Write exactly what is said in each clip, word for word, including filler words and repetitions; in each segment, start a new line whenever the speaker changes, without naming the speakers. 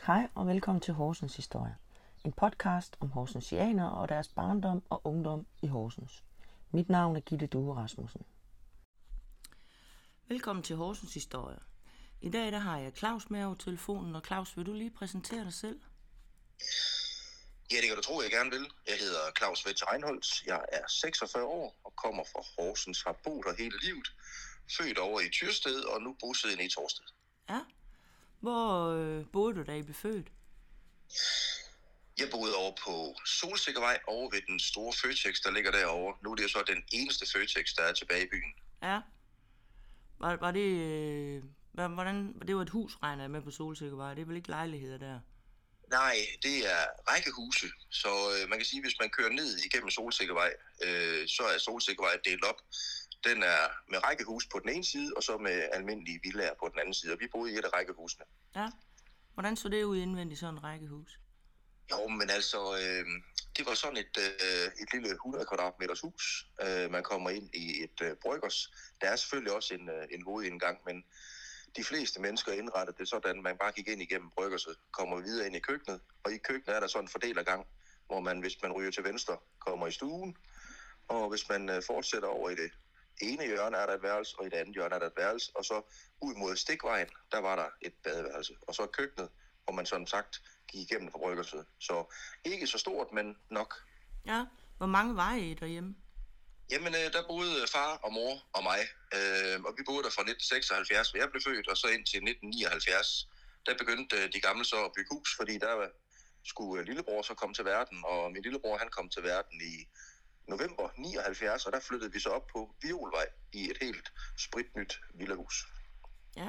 Hej og velkommen til Horsens Historie. En podcast om horsensianere og deres barndom og ungdom i Horsens. Mit navn er Gitte Due Rasmussen. Velkommen til Horsens Historie. I dag der har jeg Claus med over telefonen, og Claus, vil du lige præsentere dig selv?
Ja, det kan du tro, jeg gerne vil. Jeg hedder Claus Vetsch Reinholdt. Jeg er seksogfyrre år og kommer fra Horsens, har boet her hele livet. Født over i Tyrsted og nu bosiddende i Torsted.
Ja. Hvor øh, boede du, da I blev født?
Jeg boede over på Solsikkevej over ved den store Føtex, der ligger derovre. Nu er det jo så den eneste Føtex, der er tilbage i byen.
Ja. Var, var det... Øh, hvordan, det var et hus, regner jeg med, på Solsikkevej. Det er vel ikke lejligheder der?
Nej, det er rækkehuse. Så øh, man kan sige, at hvis man kører ned igennem Solsikkevej, øh, så er Solsikkevej delt op. Den er med rækkehus på den ene side, og så med almindelige villaer på den anden side. Og vi boede i et af rækkehusene.
Ja. Hvordan så det ud indvendigt, sådan et rækkehus?
Jo, men altså, øh, det var sådan et, øh, et lille hundrede kvadratmeters hus. Øh, man kommer ind i et øh, bryggers. Der er selvfølgelig også en, øh, en hovedindgang, men de fleste mennesker indrettede det sådan, at man bare gik ind igennem bryggerset, kommer videre ind i køkkenet. Og i køkkenet er der sådan en fordelergang, hvor man, hvis man ryger til venstre, kommer i stuen. Og hvis man øh, fortsætter over i det ene hjørne, er der et værelse, og i det andet hjørne er der et værelse. Og så ud mod Stikvejen, der var der et badeværelse. Og så køkkenet, hvor man sådan sagt gik igennem fra bryggerset. Så ikke så stort, men nok.
Ja, hvor mange var I derhjemme?
Jamen, øh, der boede far og mor og mig. Øh, og vi boede der fra nitten seksoghalvfjerds, hvor jeg blev født, og så indtil nitten nioghalvfjerds. Der begyndte øh, de gamle så at bygge hus, fordi der skulle øh, lillebror så komme til verden. Og min lillebror, han kom til verden i november nioghalvfjerds, og der flyttede vi så op på Violvej i et helt spritnyt villahus.
Ja.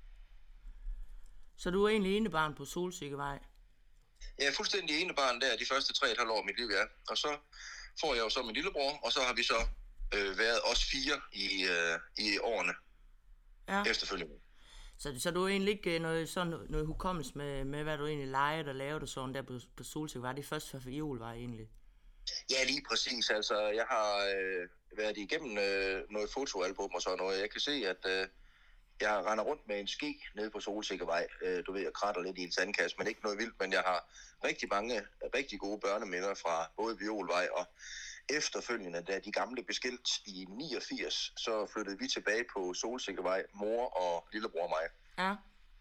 Så du er egentlig enebarn på Solsikkevej?
Jeg er fuldstændig enebarn der de første tre og et halvt år af mit liv, ja. Og så får jeg jo så min lillebror, og så har vi så øh, været os fire i, øh, i årene
Ja.
efterfølgende.
Så, så du er egentlig ikke noget, sådan noget hukommelse med, med, hvad du egentlig legede og lavede sådan der på, på Solsikkevej? Det er først for Violvej egentlig?
Ja, lige præcis. Altså, jeg har øh, været igennem øh, noget fotoalbum og sådan noget. Jeg kan se, at øh, jeg render rundt med en ske nede på Solsikkevej. Øh, du ved, jeg kratter lidt i en sandkasse, men ikke noget vildt. Men jeg har rigtig mange rigtig gode børneminder fra både Violvej og efterfølgende, da de gamle blev skilt i niogfirs, så flyttede vi tilbage på Solsikkevej, mor og lillebror og mig.
Ja.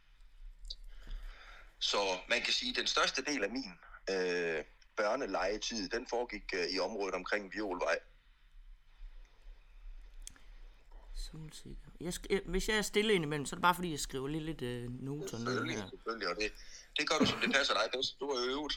Så man kan sige, at den største del af min øh, børnelegetid, den foregik øh, i området omkring Violvej.
Solsikkevej. Jeg sk- hvis jeg er stille indimellem, så er det bare fordi, jeg skriver lidt, lidt øh, noter ned
Selvfølgelig,
her.
selvfølgelig, og det, det gør du, som det passer dig bedst. Du er øvet.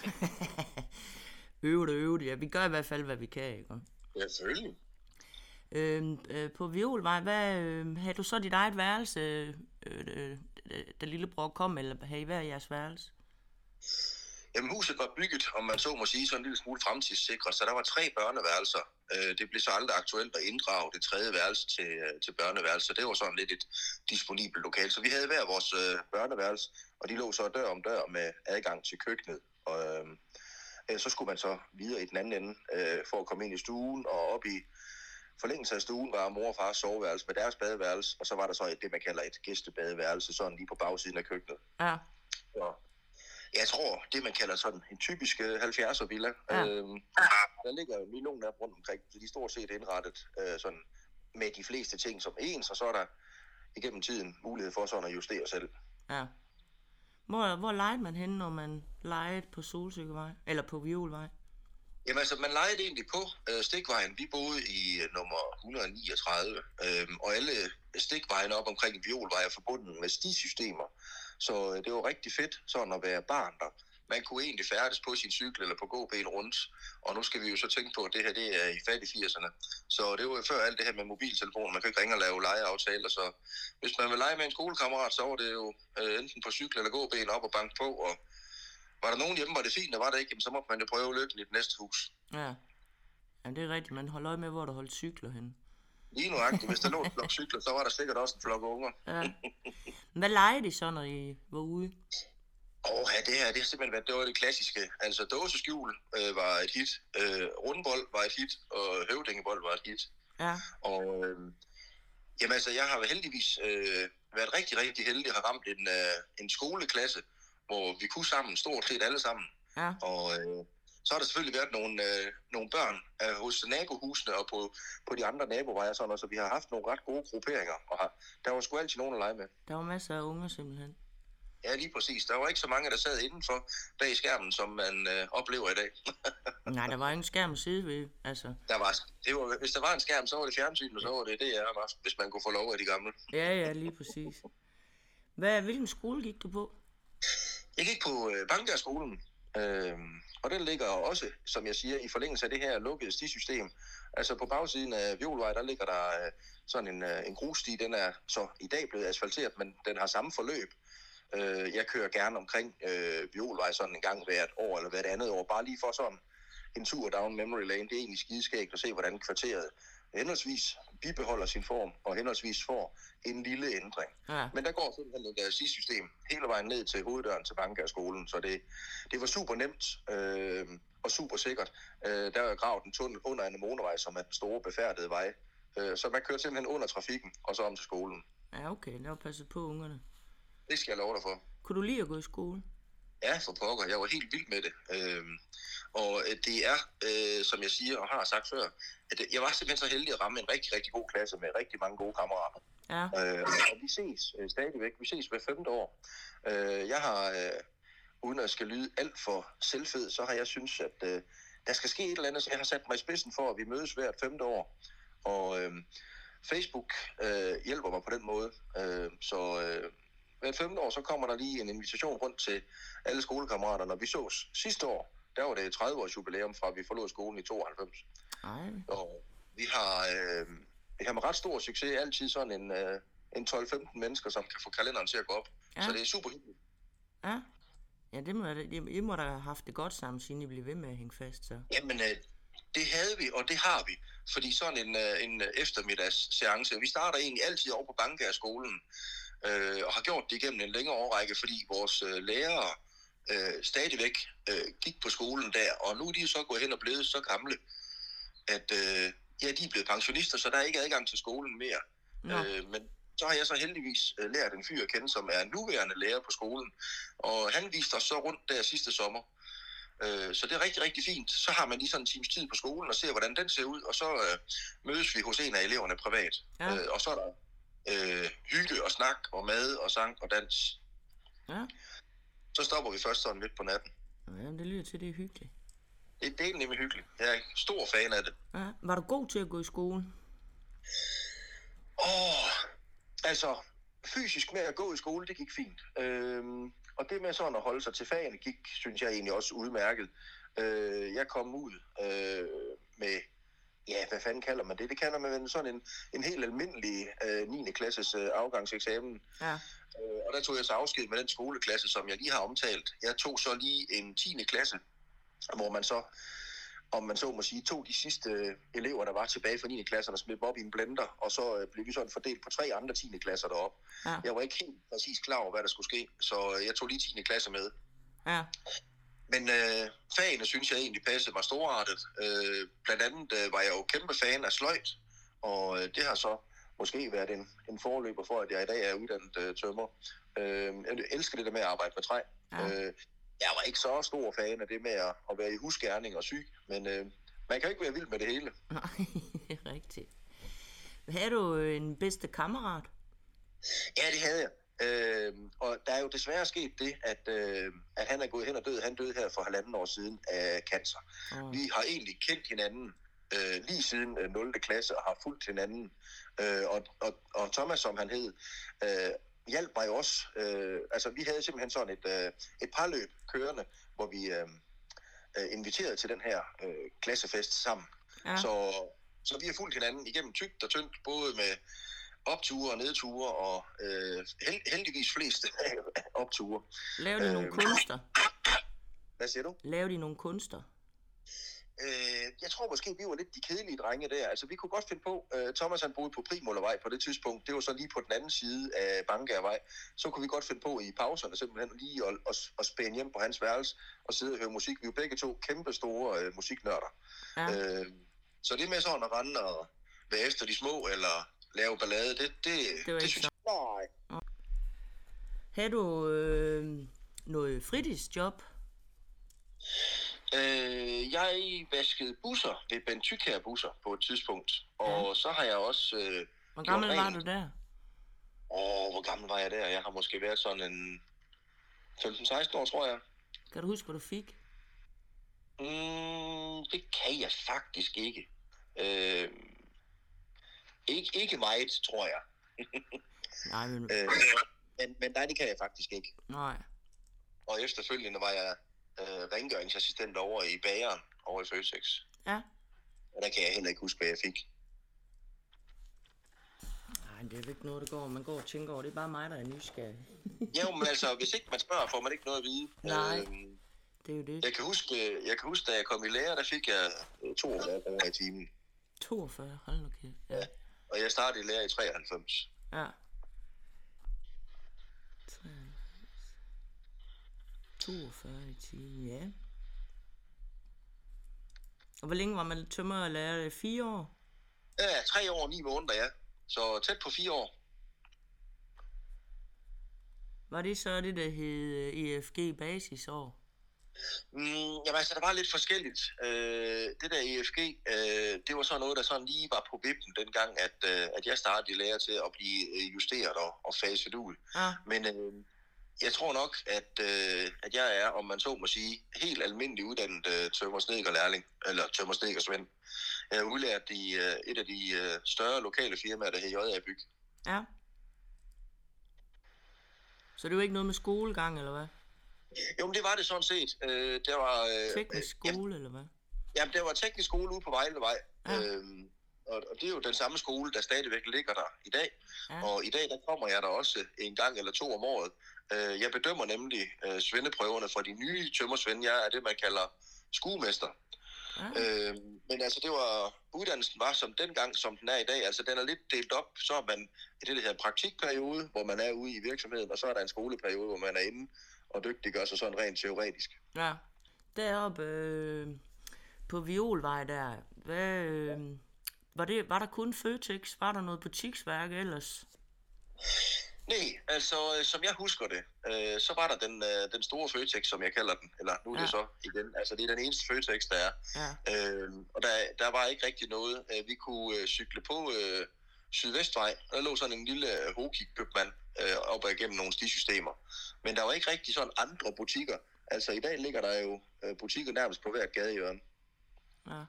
øvet og øvet, ja. Vi gør i hvert fald, hvad vi kan, ikke?
Ja, selvfølgelig.
Øh, øh, på Violvej, hvad, øh, havde du så dit eget værelse, øh, øh, da lillebror kom, eller havde I hver jeres værelse?
Jamen, huset var bygget, om man så må sige, så en lille smule fremtidssikret, så der var tre børneværelser. Det blev så aldrig aktuelt at inddrage det tredje værelse til, til børneværelse, så det var sådan lidt et disponibelt lokal. Så vi havde hver vores øh, børneværelse, og de lå så dør om dør med adgang til køkkenet. Og øh, så skulle man så videre i den anden ende øh, for at komme ind i stuen, og op i forlængelse af stuen var mor og fars soveværelse med deres badeværelse, og så var der så et, det, man kalder et gæstebadeværelse, sådan lige på bagsiden af køkkenet.
Ja.
Så jeg tror, det man kalder sådan en typisk halvfjerdser villa,
Ja.
øhm, der ligger jo lige nogle af rundt omkring, så de er stort set indrettet øh, sådan med de fleste ting som ens, og så er der igennem tiden mulighed for sådan at justere selv.
Ja. Hvor, hvor legede man henne, når man legede på Solsikkevej, eller på Violvej?
Jamen altså, man legede egentlig på øh, Stikvejen. Vi boede i øh, nummer et hundrede og niogtredive, øh, og alle stikvejene op omkring Violvej er forbundet med stisystemer. Så øh, det var rigtig fedt sådan at være barn der. Man kunne egentlig færdes på sin cykel eller på gåben rundt, og nu skal vi jo så tænke på, at det her det er i fattige firserne. Så det var jo før alt det her med mobiltelefoner. Man kan ikke ringe og lave legeaftaler, så hvis man vil lege med en skolekammerat, så var det jo øh, enten på cykel eller gåben op og banke på, og var der nogen hjemme, var det fint, og var det ikke, så måtte man jo prøve lykken i det næste hus.
Ja. Ja, det er rigtigt. Man holder øje med, hvor der holdt cykler henne.
Lige nuagtigt. Hvis der lå en flok cykler, så var der sikkert også en flok unger.
Ja. Hvad legede I så, når I var ude?
Åh, ja, det her, det har simpelthen været, det var det klassiske. Altså, dåseskjul øh, var et hit, øh, rundbold var et hit, og høvdingebold var et hit.
Ja.
Og øh, jamen altså, jeg har heldigvis øh, været rigtig, rigtig heldig at have ramt en, øh, en skoleklasse, hvor vi kunne sammen, stort set alle sammen.
Ja.
Og øh, så har der selvfølgelig været nogle, øh, nogle børn øh, hos nabohusene og på, på de andre naboveje, sådan, så vi har haft nogle ret gode grupperinger, og har, der var sgu altid nogen at lege med.
Der var masser af unger simpelthen.
Ja, lige præcis. Der var ikke så mange, der sad indenfor bag skærmen, som man øh, oplever i dag.
Nej, der var ingen skærm at sidde ved, altså.
Der var, det var, hvis der var en skærm, så var det fjernsyn, og så var det det, jeg var, hvis man kunne få lov af de gamle.
Ja, ja, lige præcis. Hvad, hvilken skole gik du på?
Jeg gik på øh, Bankbjergskolen, øh, og den ligger også, som jeg siger, i forlængelse af det her lukkede stisystem. Altså på bagsiden af Violvej, der ligger der øh, sådan en, øh, en grussti. Den er så i dag blevet asfalteret, men den har samme forløb. Øh, jeg kører gerne omkring øh, Violvej sådan en gang hvert år eller hvert andet år, bare lige for sådan en tur down memory lane. Det er egentlig skideskægt at se, hvordan kvarteret henholdsvis bibeholder sin form, og henholdsvis får en lille ændring.
Ja.
Men der går simpelthen et uh, stisystem hele vejen ned til hoveddøren til Bankbjergskolen, så det, det var super nemt øh, og super sikkert. Øh, der er gravet en tunnel under en motorvej, som er den store befærdede vej. Øh, så man kørte simpelthen under trafikken, og så om til skolen.
Ja, okay, der var passet på ungerne.
Det skal jeg love dig for.
Kunne du lide at gå i skole?
Ja, for pokker. Jeg var helt vild med det. Øhm, og det er, øh, som jeg siger og har sagt før, at jeg var simpelthen så heldig at ramme en rigtig, rigtig god klasse med rigtig mange gode kammerater.
Ja.
Øh, og vi ses øh, stadigvæk. Vi ses hver femte år. Øh, jeg har, øh, uden at skal lyde alt for selvfed, så har jeg synes, at øh, der skal ske et eller andet, så jeg har sat mig i spidsen for, at vi mødes hvert femte år. Og øh, Facebook øh, hjælper mig på den måde. Øh, så... Øh, Hvert femte år, så kommer der lige en invitation rundt til alle skolekammerater. Når vi sås sidste år, der var det tredive års jubilæum fra, vi forlod skolen i tooghalvfems.
Ej.
Og vi har, øh, vi har med ret stor succes altid sådan en, øh, en tolv femten mennesker, som kan få kalenderen til at gå op.
Ja.
Så det er super hyggeligt.
Ja. Ja, det må, I, I må da have haft det godt sammen, siden I blev ved med at hænge fast, så.
Jamen, øh, det havde vi, og det har vi. Fordi sådan en, øh, en eftermiddagsseance, vi starter egentlig altid over på Bankbjergskolen, Øh, og har gjort det igennem en længere årrække, fordi vores øh, lærere øh, stadigvæk øh, gik på skolen der, og nu er de så gået hen og blevet så gamle, at øh, ja, de er blevet pensionister, så der er ikke adgang til skolen mere. Øh, men så har jeg så heldigvis øh, lært en fyr at kende, som er nuværende lærer på skolen, og han viste os så rundt der sidste sommer. Øh, så det er rigtig, rigtig fint. Så har man lige sådan en times tid på skolen og ser, hvordan den ser ud, og så øh, mødes vi hos en af eleverne privat.
Ja.
Øh, og så er der Øh, hygge og snak og mad og sang og dans.
Ja.
Så stopper vi først sådan lidt på natten.
Ja, det lyder til, det er hyggeligt.
Det, det er nemlig hyggeligt. Jeg er stor fan af det.
Ja. Var du god til at gå i skole?
Åh, altså, fysisk med at gå i skole, det gik fint. Øhm, og det med sådan at holde sig til fagene gik, synes jeg egentlig også udmærket. Øh, jeg kom ud øh, med... Ja, hvad fanden kalder man det? Det kalder man sådan en, en helt almindelig øh, niende klasses øh, afgangseksamen.
Ja.
Øh, og der tog jeg så afsked med den skoleklasse, som jeg lige har omtalt. Jeg tog så lige en tiende klasse, hvor man så, om man så må sige, tog de sidste øh, elever, der var tilbage fra niende klasserne, smed dem op i en blender, og så øh, blev vi sådan fordelt på tre andre tiende klasser deroppe.
Ja.
Jeg var ikke helt præcis klar over, hvad der skulle ske, så øh, jeg tog lige tiende klasse med.
Ja.
Men øh, fagene synes jeg egentlig passede mig storartet. Øh, blandt andet øh, var jeg jo kæmpe fan af sløjt, og øh, det har så måske været en, en forløber for, at jeg i dag er uddannet øh, tømrer. Øh, jeg elsker det der med at arbejde med træ.
Ja.
Øh, jeg var ikke så stor fan af det med at, at være i husgerning og syg, men øh, man kan ikke være vild med det hele.
Nej, det er rigtigt. Havde du en bedste kammerat?
Ja, det havde jeg. Øh, og der er jo desværre sket det, at, øh, at han er gået hen og død. Han døde her for halvanden år siden af cancer. Oh. Vi har egentlig kendt hinanden øh, lige siden øh, nul klasse og har fulgt hinanden. Øh, og, og, og Thomas, som han hed, øh, hjalp mig også. Øh, altså, vi havde simpelthen sådan et, øh, et parløb kørende, hvor vi øh, øh, inviterede til den her øh, klassefest sammen. Ja. Så, så vi har fulgt hinanden igennem tykt og tyndt, både med opture og nedture, og øh, held, heldigvis flest opture.
Laver de nogle øh, kunster?
Hvad siger du?
Laver de nogle kunster?
Øh, jeg tror måske, vi var lidt de kedelige drenge der. Altså, vi kunne godt finde på, øh, Thomas han boede på Primullervej på det tidspunkt, det var så lige på den anden side af Bankbjergvej, så kunne vi godt finde på i pauserne simpelthen lige at, at, at spænde hjem på hans værelse og sidde og høre musik. Vi er jo begge to kæmpe store øh, musiknørder. Ja. Øh, så det med sådan at rende og være efter de små, eller lave ballade, det, det,
det,
det synes jeg. Nej.
Havde du, øh, noget fritidsjob?
Øh, jeg vaskede busser ved Ben Tykjær busser på et tidspunkt, og ja. Så har jeg også... Øh,
hvor gammel var du der?
Åh, hvor gammel var jeg der? Jeg har måske været sådan en femten seksten år, tror jeg.
Kan du huske, hvad du fik?
Mm, det kan jeg faktisk ikke. Øh, ikke. Ikke meget, tror jeg.
Nej, men...
øh, men... Men nej, det kan jeg faktisk ikke.
Nej.
Og efterfølgende var jeg øh, rengøringsassistent over i bageren, over i Føtex.
Ja.
Og der kan jeg heller ikke huske, hvad jeg fik.
Nej, det er jo ikke noget, der går. Man går og tænker over. Det er bare mig, der er nysgerrig.
Jo, men altså, hvis ikke man spørger, får man ikke noget at vide.
Nej, øhm, det er jo det.
Jeg kan huske, jeg kan huske, da jeg kom i lære, der fik jeg toogfyrre kroner i timen.
toogfyrre? Hold nu kæft. Ja.
Ja. Og jeg startede i lære i treoghalvfems.
Ja. toogfyrre i timen, ja. Og hvor længe var man tømrer og lærer? Fire år?
Ja, tre år og ni måneder, ja. Så tæt på fire år.
Var det så det, der hed E F G basisår?
Mm, jamen altså, der var lidt forskelligt. Øh, det der E F G, øh, det var så noget, der sådan lige var på vippen dengang, at, øh, at jeg startede i lære til at blive justeret og, og faset ud.
Ja.
Men øh, jeg tror nok, at, øh, at jeg er, om man så må sige, helt almindelig uddannet øh, tømmersnedkerlærling, eller tømmersnedkersvend. Jeg er udlært i øh, et af de øh, større lokale firmaer, der hedder J A Byg.
Ja. Så det var ikke noget med skolegang, eller hvad?
Jo, men det var det sådan set. Øh, der var, øh,
teknisk skole,
øh,
eller hvad?
Jamen, der var teknisk skole ude på Vejlevej.
Ja.
Øhm, og, og det er jo den samme skole, der stadigvæk ligger der i dag.
Ja.
Og i dag, der kommer jeg der også en gang eller to om året. Øh, jeg bedømmer nemlig øh, svendeprøverne fra de nye tømmersvende. Jeg er det, man kalder skuemester.
Ja.
Øh, men altså, det var, uddannelsen var som dengang, som den er i dag. Altså, den er lidt delt op. Så er man i det, der hedder praktikperiode, hvor man er ude i virksomheden, og så er der en skoleperiode, hvor man er inde og dygtiggør sig sådan rent teoretisk.
Ja. Deroppe øh, på Violvej der, hvad, øh, var, det, var der kun Føtex? Var der noget butiksværk ellers?
Nej, altså som jeg husker det, øh, så var der den, øh, den store Føtex, som jeg kalder den, eller nu er
Ja.
det så igen, altså det er den eneste Føtex, der er.
Ja.
Øh, og der, der var ikke rigtig noget. Øh, vi kunne øh, cykle på øh, Sydvestvej, og der lå sådan en lille øh, Hoki-købmand øh, op ad igennem nogle stisystemer. Men der var ikke rigtig sådan andre butikker. Altså i dag ligger der jo øh, butikker nærmest på hvert gadehjørne.
Ja.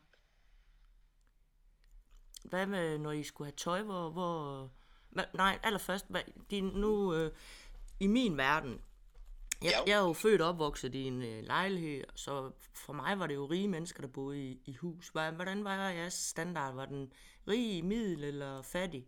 Hvad med, når I skulle have tøj, hvor... hvor hva, nej, allerførst, hvad, de, nu øh, i min verden, jeg,
Ja.
jeg er jo født og opvokset i en øh, lejlighed, så for mig var det jo rige mennesker, der boede i, i hus. Hva- Hvordan var jeres standard? Var den rig, middel eller fattig?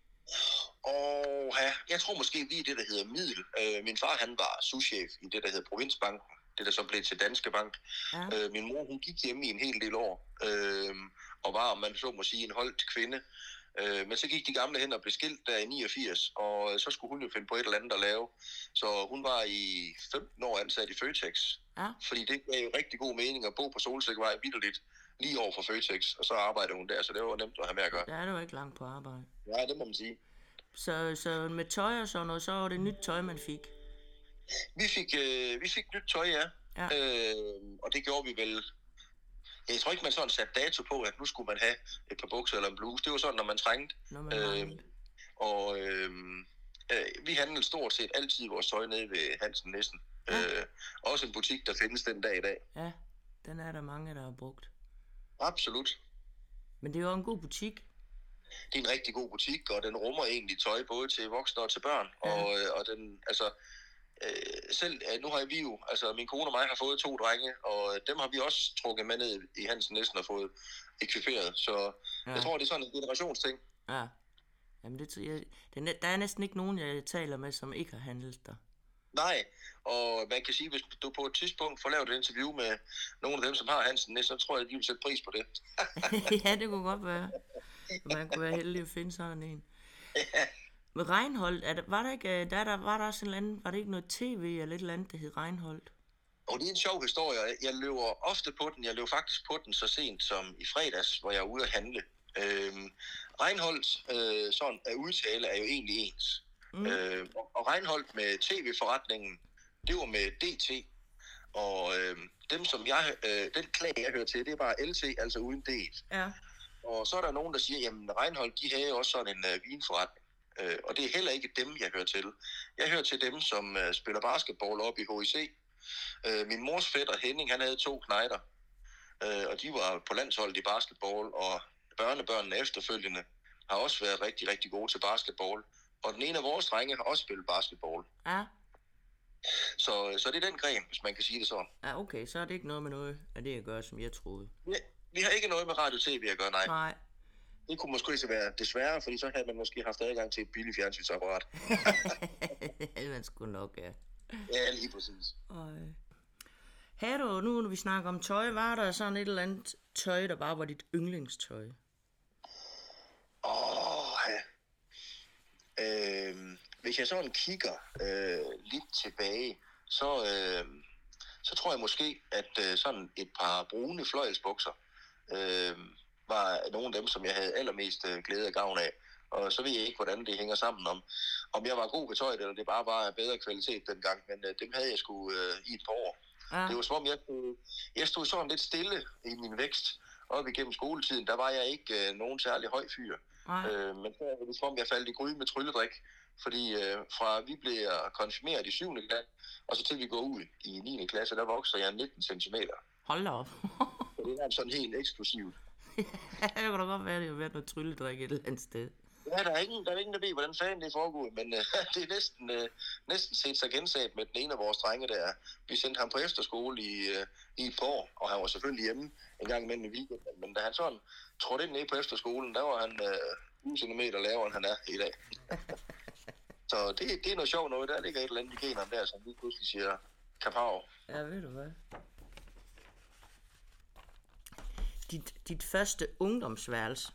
Og ja, jeg tror måske, vi er det, der hedder middel. Øh, min far, han var souschef i det, der hedder Provinsbanken. Det, der så blev til Danske Bank.
Ja.
Øh, min mor, hun gik hjemme i en hel del år. Øh, og var, om man så må sige, en holdt kvinde. Øh, men så gik de gamle hen og blev skilt der i niogfirs. Og så skulle hun jo finde på et eller andet at lave. Så hun var i femten år ansat i Føtex.
Ja.
Fordi det gav jo rigtig god mening at bo på Solsikkevej vitterligt lige over for Føtex. Og så arbejdede hun der, så det var nemt at have med at gøre.
Der er det jo ikke langt på arbejde.
Ja, det må man sige.
Så, så med tøj og sådan noget, så var det nyt tøj, man fik.
Vi fik, øh, vi fik nyt tøj, ja.
Ja.
Øh, og det gjorde vi vel... Jeg tror ikke, man sådan satte dato på, at nu skulle man have et par bukser eller en bluse. Det var sådan, når man trængte.
Når man
Øh,
manglede.
og øh, øh, vi handlede stort set altid vores tøj nede ved Hansen Nissen.
Ja.
Øh, også en butik, der findes den dag i dag.
Ja, den er der mange, der har brugt.
Absolut.
Men det er jo en god butik.
Det er en rigtig god butik, og den rummer egentlig tøj både til voksne og til børn.
Ja.
Og, øh, og den, altså... Øh, selv, øh, nu har vi jo, altså min kone og mig har fået to drenge, og dem har vi også trukket med ned i Hansen Nissen og fået ekviperet, så
Ja.
jeg tror, det er sådan en generationsting.
Ja. Jamen, det, jeg, det, er- der er næsten ikke nogen, jeg taler med, som ikke har handlet der.
Nej, og man kan sige, hvis du på et tidspunkt får lavet et interview med nogle af dem, som har Hansen Nissen, så tror jeg, at de vil sætte pris på det.
Ja, det kunne godt være. Man kunne være heldig at finde sådan en. Med Reinholdt, er der, var der ikke, der, der, var der også en eller anden, var det ikke noget tv eller et eller andet, der hed Reinholdt?
Og det er en sjov historie. Jeg løber ofte på den. Jeg løber faktisk på den så sent som i fredags, hvor jeg er ude at handle. Øhm, Reinholdt, øh, sådan at udtale, er jo egentlig ens. Mm. Øh, og, og Reinholdt med tv-forretningen det var med D T. Og øh, dem, som jeg, øh, den klag, jeg hører til, det er bare L T, altså uden D.
Ja.
Og så er der nogen, der siger, jamen Reinhold, de havde også sådan en øh, vinforretning. Øh, og det er heller ikke dem, jeg hører til. Jeg hører til dem, som øh, spiller basketball op i H I C. Øh, min mors fætter Henning, han havde to knejder. Øh, og de var på landsholdet i basketball, og børnebørnene efterfølgende har også været rigtig, rigtig gode til basketball. Og den ene af vores drenge har også spillet basketball.
Ja.
Så, så det er den gren, hvis man kan sige det sådan.
Ja, okay, så er det ikke noget med noget af det, jeg gør, som jeg troede.
Ja, vi har ikke noget med radio-tv at gøre, nej.
Nej.
Det kunne måske så være desværre, fordi så havde man måske haft adgang til et billigt fjernsynsapparat.
Man skulle nok, ja.
Ja, lige præcis.
Og, øh, havde du, nu når vi snakker om tøj, var der sådan et eller andet tøj, der bare var dit yndlingstøj?
Åh, ja. Øh, hvis jeg sådan kigger øh, lidt tilbage, så, øh, så tror jeg måske, at øh, sådan et par brune fløjelsbukser øh, var nogle af dem, som jeg havde allermest øh, glæde og gavn af. Og så ved jeg ikke, hvordan det hænger sammen om, om jeg var god ved tøjet, eller det bare var af bedre kvalitet dengang, men øh, dem havde jeg sgu øh, i et par år. Ja. Det var som om, jeg, jeg stod sådan lidt stille i min vækst. Op igennem skoletiden, der var jeg ikke øh, nogen særlig høj fyr. Øh, men så var det som om, jeg faldt i gryde med trylledrik. Fordi øh, fra vi blev konfirmeret i syvende klasse, og så til vi går ud i niende klasse, der vokser jeg nitten centimeter.
Hold da op.
Så det er sådan helt eksplosivt.
Ja, det kunne da godt være, at det har været noget trylledrik et eller andet sted.
Ja, der er ingen, der er ingen, der ved, hvordan fanden det er foregået, men øh, det er næsten, øh, næsten set sig gensat med den ene af vores drenge der. Vi sendte ham på efterskole i, øh, i et par år, og han var selvfølgelig hjemme en gang imellem i weekenden. Men da han sådan trådte ind ned på efterskolen, der var han øh, tyve centimeter lavere, end han er i dag. Så det, det er noget sjovt noget. Der ligger et eller andet i generne der, som lige pludselig siger kapav.
Ja, ved du hvad? Dit, dit første ungdomsværelse.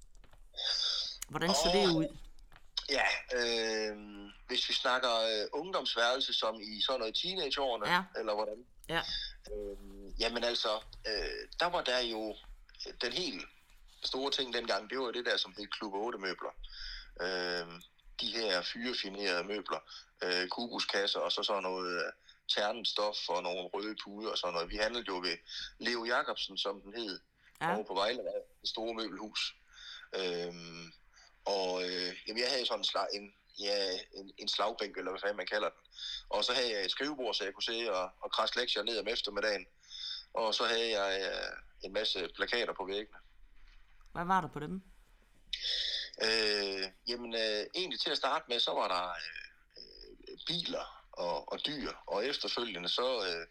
Hvordan så oh, det ud?
Ja, øh, hvis vi snakker øh, ungdomsværelse som i sådan noget teenageårene, ja. Eller hvordan?
Ja.
Øh, jamen altså, øh, der var der jo den helt store ting dengang, det var jo det der, som hed Klub otte møbler. Øh, de her fyrefinerede møbler, øh, kubuskasser og så sådan noget øh, ternet stof og nogle røde puder og sådan noget. Vi handlede jo ved Leo Jacobsen, som den hed, ja. Over på Vejle, det store møbelhus. Øh, Og øh, jamen, jeg havde sådan en, slag, en, ja, en, en slagbænk, eller hvad fanden man kalder den. Og så havde jeg et skrivebord, så jeg kunne sidde og, og krasse lektier ned om eftermiddagen. Og så havde jeg øh, en masse plakater på væggene.
Hvad var der på dem?
Øh, jamen, øh, egentlig til at starte med, så var der øh, biler og, og dyr. Og efterfølgende, så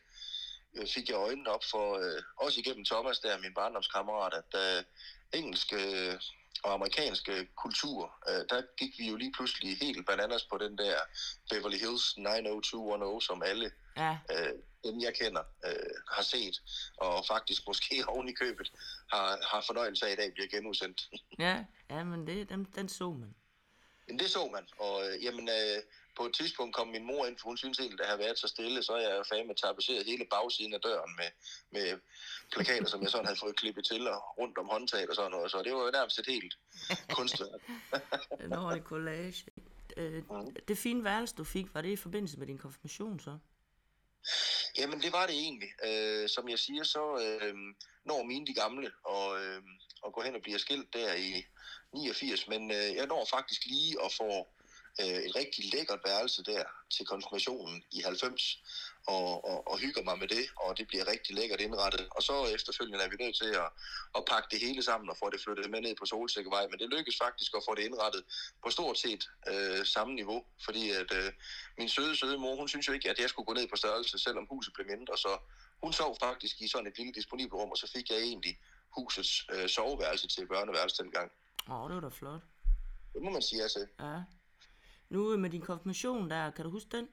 øh, fik jeg øjnene op for, øh, også igennem Thomas der, min barndomskammerat, at øh, engelske... Øh, og amerikanske kultur, øh, der gik vi jo lige pludselig helt bananas på den der Beverly Hills ni nul to et nul, som alle, ja. øh, dem jeg kender, øh, har set, og faktisk måske oven i købet har, har fornøjelse af i dag bliver genudsendt.
Ja, ja, men det, den, den så man.
Men det så man, og øh, jamen, øh, på et tidspunkt kom min mor ind, for hun synes egentlig, at jeg har været så stille, så jeg er fandme tapetseret hele bagsiden af døren med, med plakater, som jeg sådan havde fået klippet til og rundt om håndtaget og sådan noget, så det var jo nærmest et helt kunstværk.
En ordentlig collage. Øh, mm. Det fine værelse, du fik, var det i forbindelse med din konfirmation så?
Jamen, det var det egentlig. Øh, som jeg siger, så øh, når mine de gamle og, øh, og går hen og bliver skilt der i niogfirs, men øh, jeg når faktisk lige at få øh, et rigtig lækkert værelse der til konfirmationen i halvfems, og, og, og hygger mig med det, og det bliver rigtig lækkert indrettet. Og så efterfølgende er vi nødt til at, at pakke det hele sammen og få det flyttet med ned på Solsikkevej, men det lykkedes faktisk at få det indrettet på stort set øh, samme niveau, fordi at øh, min søde, søde mor, hun synes jo ikke, at jeg skulle gå ned på størrelse, selvom huset blev mindre, så hun sov faktisk i sådan et lille disponibelt rum, og så fik jeg egentlig husets øh, soveværelse til børneværelse dengang.
Åh, oh, det var da flot.
Det må man sige, altså.
Ja. Nu med din konfirmation der, kan du huske den?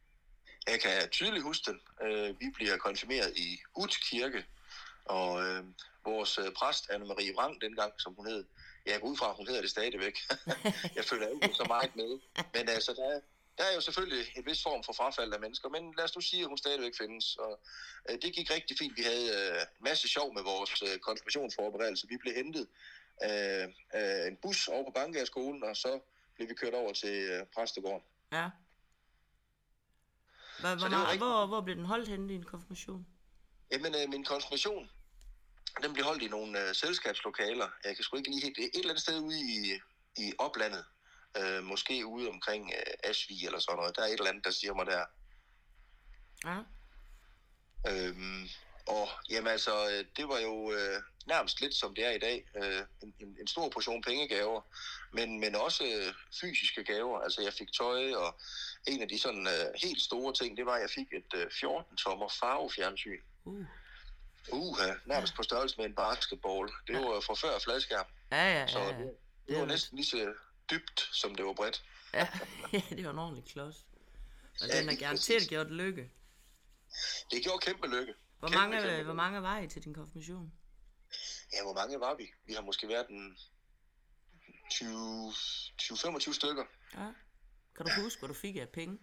Jeg kan tydeligt huske den. Øh, vi bliver konfirmeret i Ut Kirke, og øh, vores øh, præst, Anne-Marie Vrang, dengang, som hun hed, jeg går ud fra, at hun hedder det stadigvæk. Jeg føler ikke så meget med. Men altså, der er, der er jo selvfølgelig en vis form for frafald af mennesker, men lad os nu sige, at hun stadigvæk findes. Og, øh, det gik rigtig fint. Vi havde øh, en masse sjov med vores øh, konfirmationsforberedelse. Vi blev hentet af øh, en bus over på Bankærskolen, og så blev vi kørt over til øh, præstegården.
Ja. Hvor, hvor,
Så det var
meget,
rigtig...
hvor, hvor blev den holdt henne, din konfirmation?
Jamen, øh, min konfirmation, den blev holdt i nogle øh, selskabslokaler. Jeg kan sgu ikke lige helt... Et eller andet sted ude i, i oplandet. Øh, måske ude omkring øh, Asvig eller sådan noget. Der er et eller andet, der siger mig der.
Ja.
Øhm, og jamen altså, øh, det var jo øh, nærmest lidt som det er i dag. Øh, en, en, en stor portion pengegaver, men, men også øh, fysiske gaver. Altså jeg fik tøj, og en af de sådan øh, helt store ting, det var, at jeg fik et øh, fjorten tommer farvefjernsyn.
Uh.
Uha, nærmest på størrelse med en basketball. Det var jo fra før fladskærm.
Ja, ja, ja.
Så det,
det,
det var
er
næsten lige så dybt, som det var bredt.
Ja, ja, det var en ordentlig klods. Og
Ja,
den har
lige
garanteret
præcis.
gjort lykke.
Det gjorde kæmpe lykke.
Hvor
Kæmpe,
mange,
kæmpe
hvor mange var I til din konfirmation?
Ja, hvor mange var vi? Vi har måske været en tyve til femogtyve stykker.
Ja. Kan du huske, hvad du fik af penge?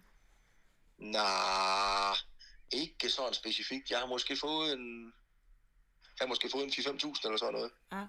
Nej, ikke sådan specifikt. Jeg har måske fået en... Jeg har måske fået en fire til fem tusind eller sådan noget.
Ja.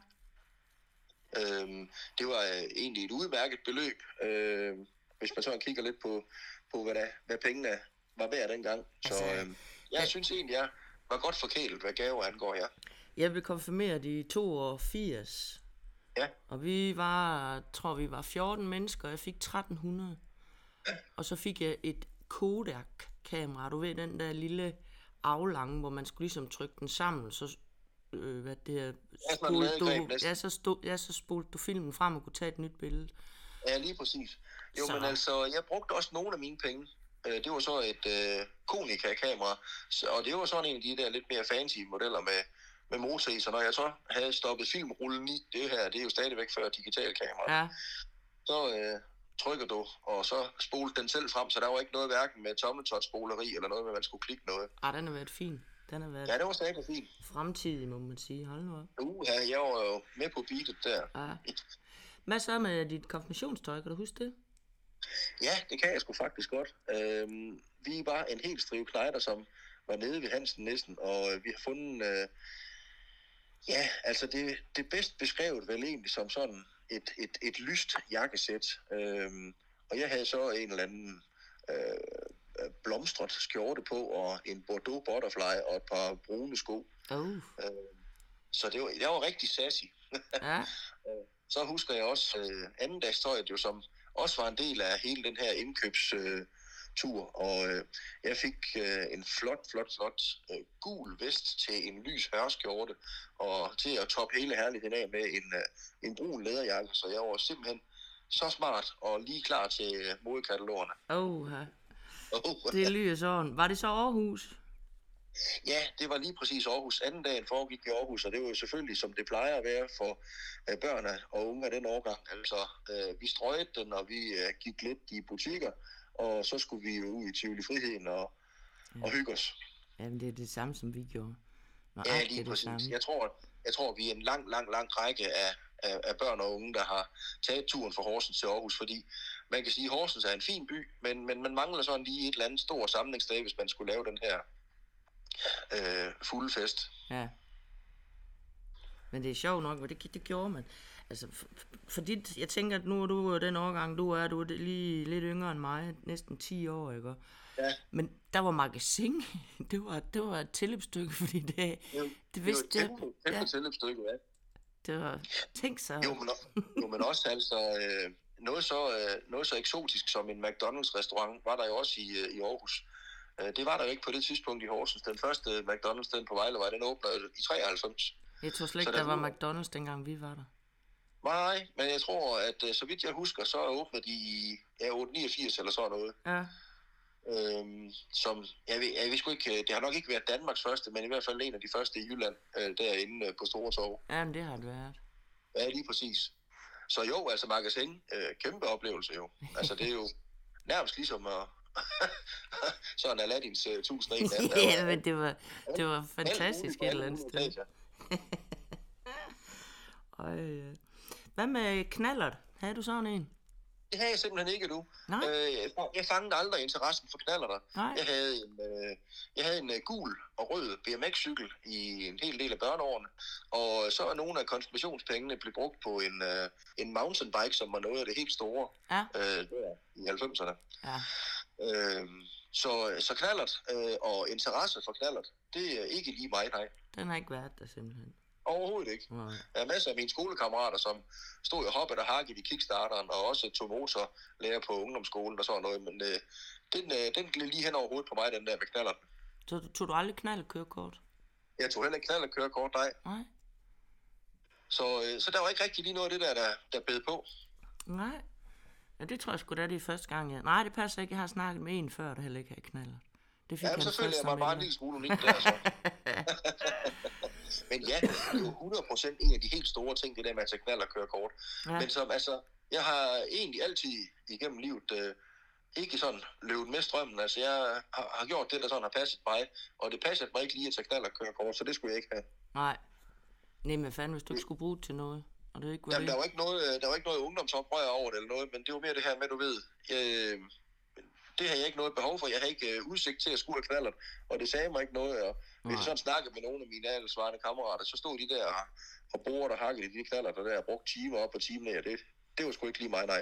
Øhm, det var øh, egentlig et udmærket beløb, øh, hvis man så kigger lidt på, på hvad, der, hvad pengene var værd dengang. Så
Altså,
øh, jeg
ja.
synes egentlig, jeg var godt forkælet, hvad gaver angår her.
Jeg blev konfirmeret i toogfirs.
Ja.
Og vi var, tror vi var fjorten mennesker, og jeg fik tretten hundrede. Ja. Og så fik jeg et Kodak-kamera, du ved, den der lille aflange, hvor man skulle ligesom trykke den sammen, så øh, hvad det her, spolede du, ja, så stod, ja, så spolede du filmen frem og kunne tage et nyt billede.
Ja, lige præcis. Jo,
så.
Men altså, jeg brugte også nogle af mine penge. Det var så et øh, Konica-kamera, og det var sådan en af de der lidt mere fancy modeller med, med motor i, så når jeg så havde stoppet filmrullen i, det her, det er jo stadigvæk før digitalkamera,
ja.
så øh, trykker du, og så spolede den selv frem, så der var ikke noget hverken med tommeltot-spoleri eller noget med, at man skulle klikke noget.
Ah, den har været fin. Den har været
ja, det var stadig fint.
Fremtidig, må man sige. Hold nu op.
Uh, ja, jeg var jo med på beatet der.
Ja. Hvad så med dit konfirmationstøj, kan du huske det?
Ja, det kan jeg sgu faktisk godt. Øhm, vi var en helt strive knejder, som var nede ved Hansen næsten, og øh, vi har fundet, øh, ja, altså det, det bedst beskrevet vel egentlig som sådan et, et, et lyst jakkesæt. Øhm, og jeg havde så en eller anden øh, blomstret skjorte på, og en Bordeaux butterfly og et par brune sko.
Oh.
Øh, så det var, jeg var rigtig sassy.
Ja.
Så husker jeg også øh, anden dagstøjet jo, som også var en del af hele den her indkøbstur, øh, og øh, jeg fik øh, en flot, flot, flot øh, gul vest til en lys hørskjorte, og til at toppe hele herligheden af med en, øh, en brun læderjakke, så jeg var simpelthen så smart og lige klar til øh, modekatalogerne.
Oh, ja.
Oh.
Det lyder sådan. Var det så Aarhus?
Ja, det var lige præcis Aarhus. Anden dagen foregik i Aarhus, og det var jo selvfølgelig, som det plejer at være for øh, børn og unge af den årgang. Altså, øh, vi strøgede den, og vi øh, gik lidt i butikker, og så skulle vi jo ud i Tivoli Friheden og, ja. og hygge os.
Jamen, det er det samme, som vi gjorde. Nå,
ja,
ej,
lige
det
præcis.
Det
jeg, tror, jeg tror, vi er en lang, lang, lang række af, af, af børn og unge, der har taget turen fra Horsens til Aarhus, fordi man kan sige, at Horsens er en fin by, men, men man mangler sådan lige et eller andet stor samlingsdag, hvis man skulle lave den her Øh, fulde fest.
Ja. Men det er sjovt nok, og det, det gjorde man. Altså, for, for dit, jeg tænker, at nu er du den årgang, du er, du er lige lidt yngre end mig, næsten ti år, ikke?
Ja.
Men der var magasin, det var, det var et tilløbsstykke, fordi det,
jo,
det vidste
det var et kæmpe, kæmpe ja. tilløbsstykke, ja.
Det var, tænk så.
Jo, men, jo, men også altså, øh, noget, så, øh, noget så eksotisk som en McDonald's-restaurant, var der jo også i, øh, i Aarhus. Det var der jo ikke på det tidspunkt i Horsens. Den første McDonald's, den på Vejlevej, den åbnede i treoghalvfems.
Jeg tror slet ikke, der var McDonald's, dengang vi var der.
Nej, men jeg tror, at så vidt jeg husker, så åbnede de i ja, otte niogfirs eller sådan noget.
Ja.
Øhm, som, jeg ved, jeg ved sgu ikke, det har nok ikke været Danmarks første, men i hvert fald en af de første i Jylland, øh, derinde på Store Torv.
Ja, men det har det været.
Ja, lige præcis. Så jo, altså magasin, øh, kæmpe oplevelse jo. Altså det er jo nærmest ligesom at sådan Aladdins uh, tusind og en nat.
Ja, men det var, det var fantastisk et eller andet sted. øh. Hvad med knallert? Havde du sådan en?
Det havde jeg simpelthen ikke nu.
Nej.
Øh, jeg fangede aldrig interessen for knallerter.
Nej.
Jeg havde en, øh, jeg havde en uh, gul og rød B M X-cykel i en hel del af børneårene, og så er nogle af konfirmationspengene blevet brugt på en, uh, en mountainbike, som var noget af det helt store
ja.
øh, der i halvfemserne.
Ja.
Øh, Så, så knallert øh, og interesse for knallert, det er ikke lige mig, nej.
Den har ikke været der simpelthen.
Overhovedet ikke.
Nej.
Der er masser af mine skolekammerater, som stod og hoppede og hakket i kickstarteren, og også tog motorlærer på ungdomsskolen og sådan noget, men øh, den, øh, den gled lige hen over hovedet på mig, den der med knallerten.
Så tog du aldrig knallertkørekort?
Jeg tog heller ikke knallertkørekort, nej.
Nej.
Så, øh, så der var ikke rigtig lige noget af det der, der, der bed på.
Nej. Ja, det tror jeg sgu da, det er første gang, jeg... Nej, det passer ikke. Jeg har snakket med en før, der heller ikke havde knaller. Det fik
ja, men så følte jeg mig bare en lille smule unik der, så. Men ja, det er jo hundrede procent en af de helt store ting, det der med at tage knald og køre kort. Ja. Men som, altså, jeg har egentlig altid igennem livet øh, ikke sådan løbet med strømmen. Altså, jeg har, har gjort det, der sådan har passet mig, og det passede mig ikke lige at tage knald og køre kort, så det skulle jeg ikke have.
Nej. Nej, men fanden, hvis du ikke skulle bruge det til noget, og det ikke var
Jamen,
det.
der var ikke noget, der var ikke noget ungdomsoprør over det eller noget, men det var mere det her med, du ved, jeg, det har jeg ikke noget behov for. Jeg har ikke øh, udsigt til at skulle have knallert, og det sagde mig ikke noget. Og hvis jeg sådan snakkede med nogle af mine aldersvarende kammerater, så stod de der og bordet og hakkede i de knallerter der og brugte timer op og timer ned. Det, det var sgu ikke lige mig, nej.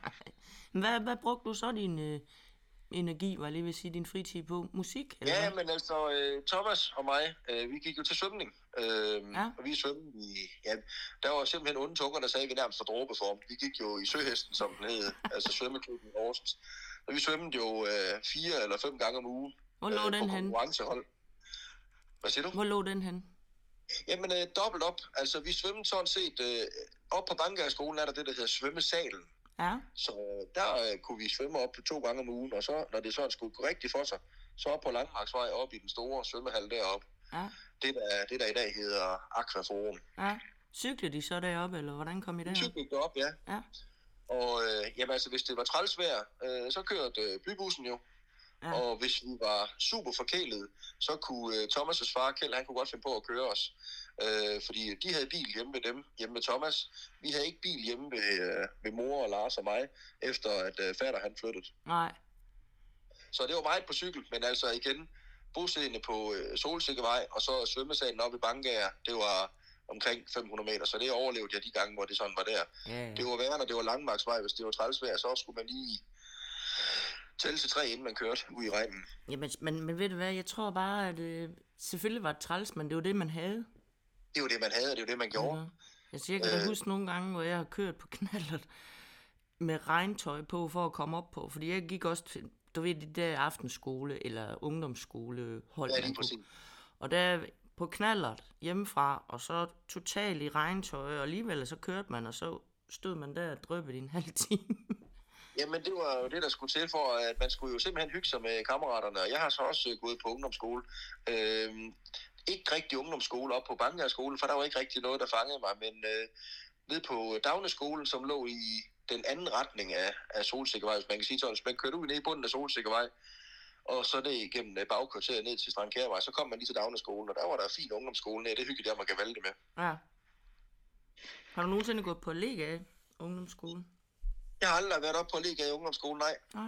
hvad, hvad brugte du så din øh, energi, var jeg lige vil sige, din fritid på? Musik? Eller
ja,
hvad?
men altså, øh, Thomas og mig, øh, vi gik jo til svømning. Øh, ja. Og vi svømmede i, ja, der var simpelthen onde tunger, der sagde, vi nærmest for dråbeform. Vi gik jo i Søhesten, som den hed, altså svømmeklubben i Horsens. Og vi svømmede jo øh, fire eller fem gange om ugen.
Hvor lå
øh,
den
på
hen?
Konkurrencehold. Hvad siger du?
Hvor lå den hen?
Jamen, øh, dobbelt op. Altså, vi svømmede sådan set, øh, op på Bankgaardskolen er der det, der hedder svømmesalen.
Ja.
Så øh, der øh, kunne vi svømme op to gange om ugen, og så, når det sådan skulle gå rigtigt for sig, så op på Landmarksvej, op i den store svømmehal deroppe.
Ja.
Det der, det der i dag hedder Aquaforum.
Ja. Cyklede de så deroppe, eller hvordan kom I derop?
Cyklede derop, ja.
Ja.
Og øh, jamen, altså, hvis det var trælsvejr, øh, så kørte øh, bybussen jo. Ja. Og hvis vi var super forkælede, så kunne øh, Thomas' far, Kjeld, han kunne godt finde på at køre os. Øh, fordi de havde bil hjemme ved dem, hjemme med Thomas. Vi havde ikke bil hjemme ved, øh, ved mor og Lars og mig, efter at øh, fatter han flyttede.
Nej.
Så det var meget på cykel, men altså igen, bosiddende på øh, Solsikkevej, og så svømmesalen oppe i Bangager, det var omkring fem hundrede meter, så det overlevede jeg de gange, hvor det sådan var der.
Ja, ja.
Det var værre, når det var Langmarksvej, hvis det var trælsvejr, så skulle man lige tælle til tre, inden man kørte ud i regnen.
Jamen, men, men ved du hvad, jeg tror bare, at øh, selvfølgelig var det træls, men det var det, man havde.
Det var det, man havde, og det var det, man gjorde.
Ja. Altså, jeg kan da huske nogle gange, hvor jeg har kørt på knallert med regntøj på, for at komme op på, fordi jeg gik også til, du ved, det der aftenskole, eller ungdomsskole hold,
Ja,
man
lige
kunne.
præcis.
Og der på knallert hjemmefra, og så totalt i regntøj, og alligevel så kørte man, og så stod man der og drøbede i en halv time.
Jamen, det var jo det, der skulle til for, at man skulle jo simpelthen hygge sig med kammeraterne, og jeg har så også gået på ungdomsskole. Øhm, ikke rigtig ungdomsskole op på Bankgaardskolen, for der var ikke rigtig noget, der fangede mig, men øh, ned på Dagneskolen, som lå i den anden retning af, af Solsikkevej, hvis man kan sige sådan, så man kørte ud ned i bunden af Solsikkevej, og så ned igennem bagkvarteret ned til Strandkærvej, så kom man lige til Dagneskolen, og der var der fin ungdomsskole ned, det hyggede jeg, man kan vælge det med.
Ja. Har du nogensinde gået på Lega ungdomsskole?
Jeg har aldrig været oppe på Lega i ungdomsskolen, nej.
Nej.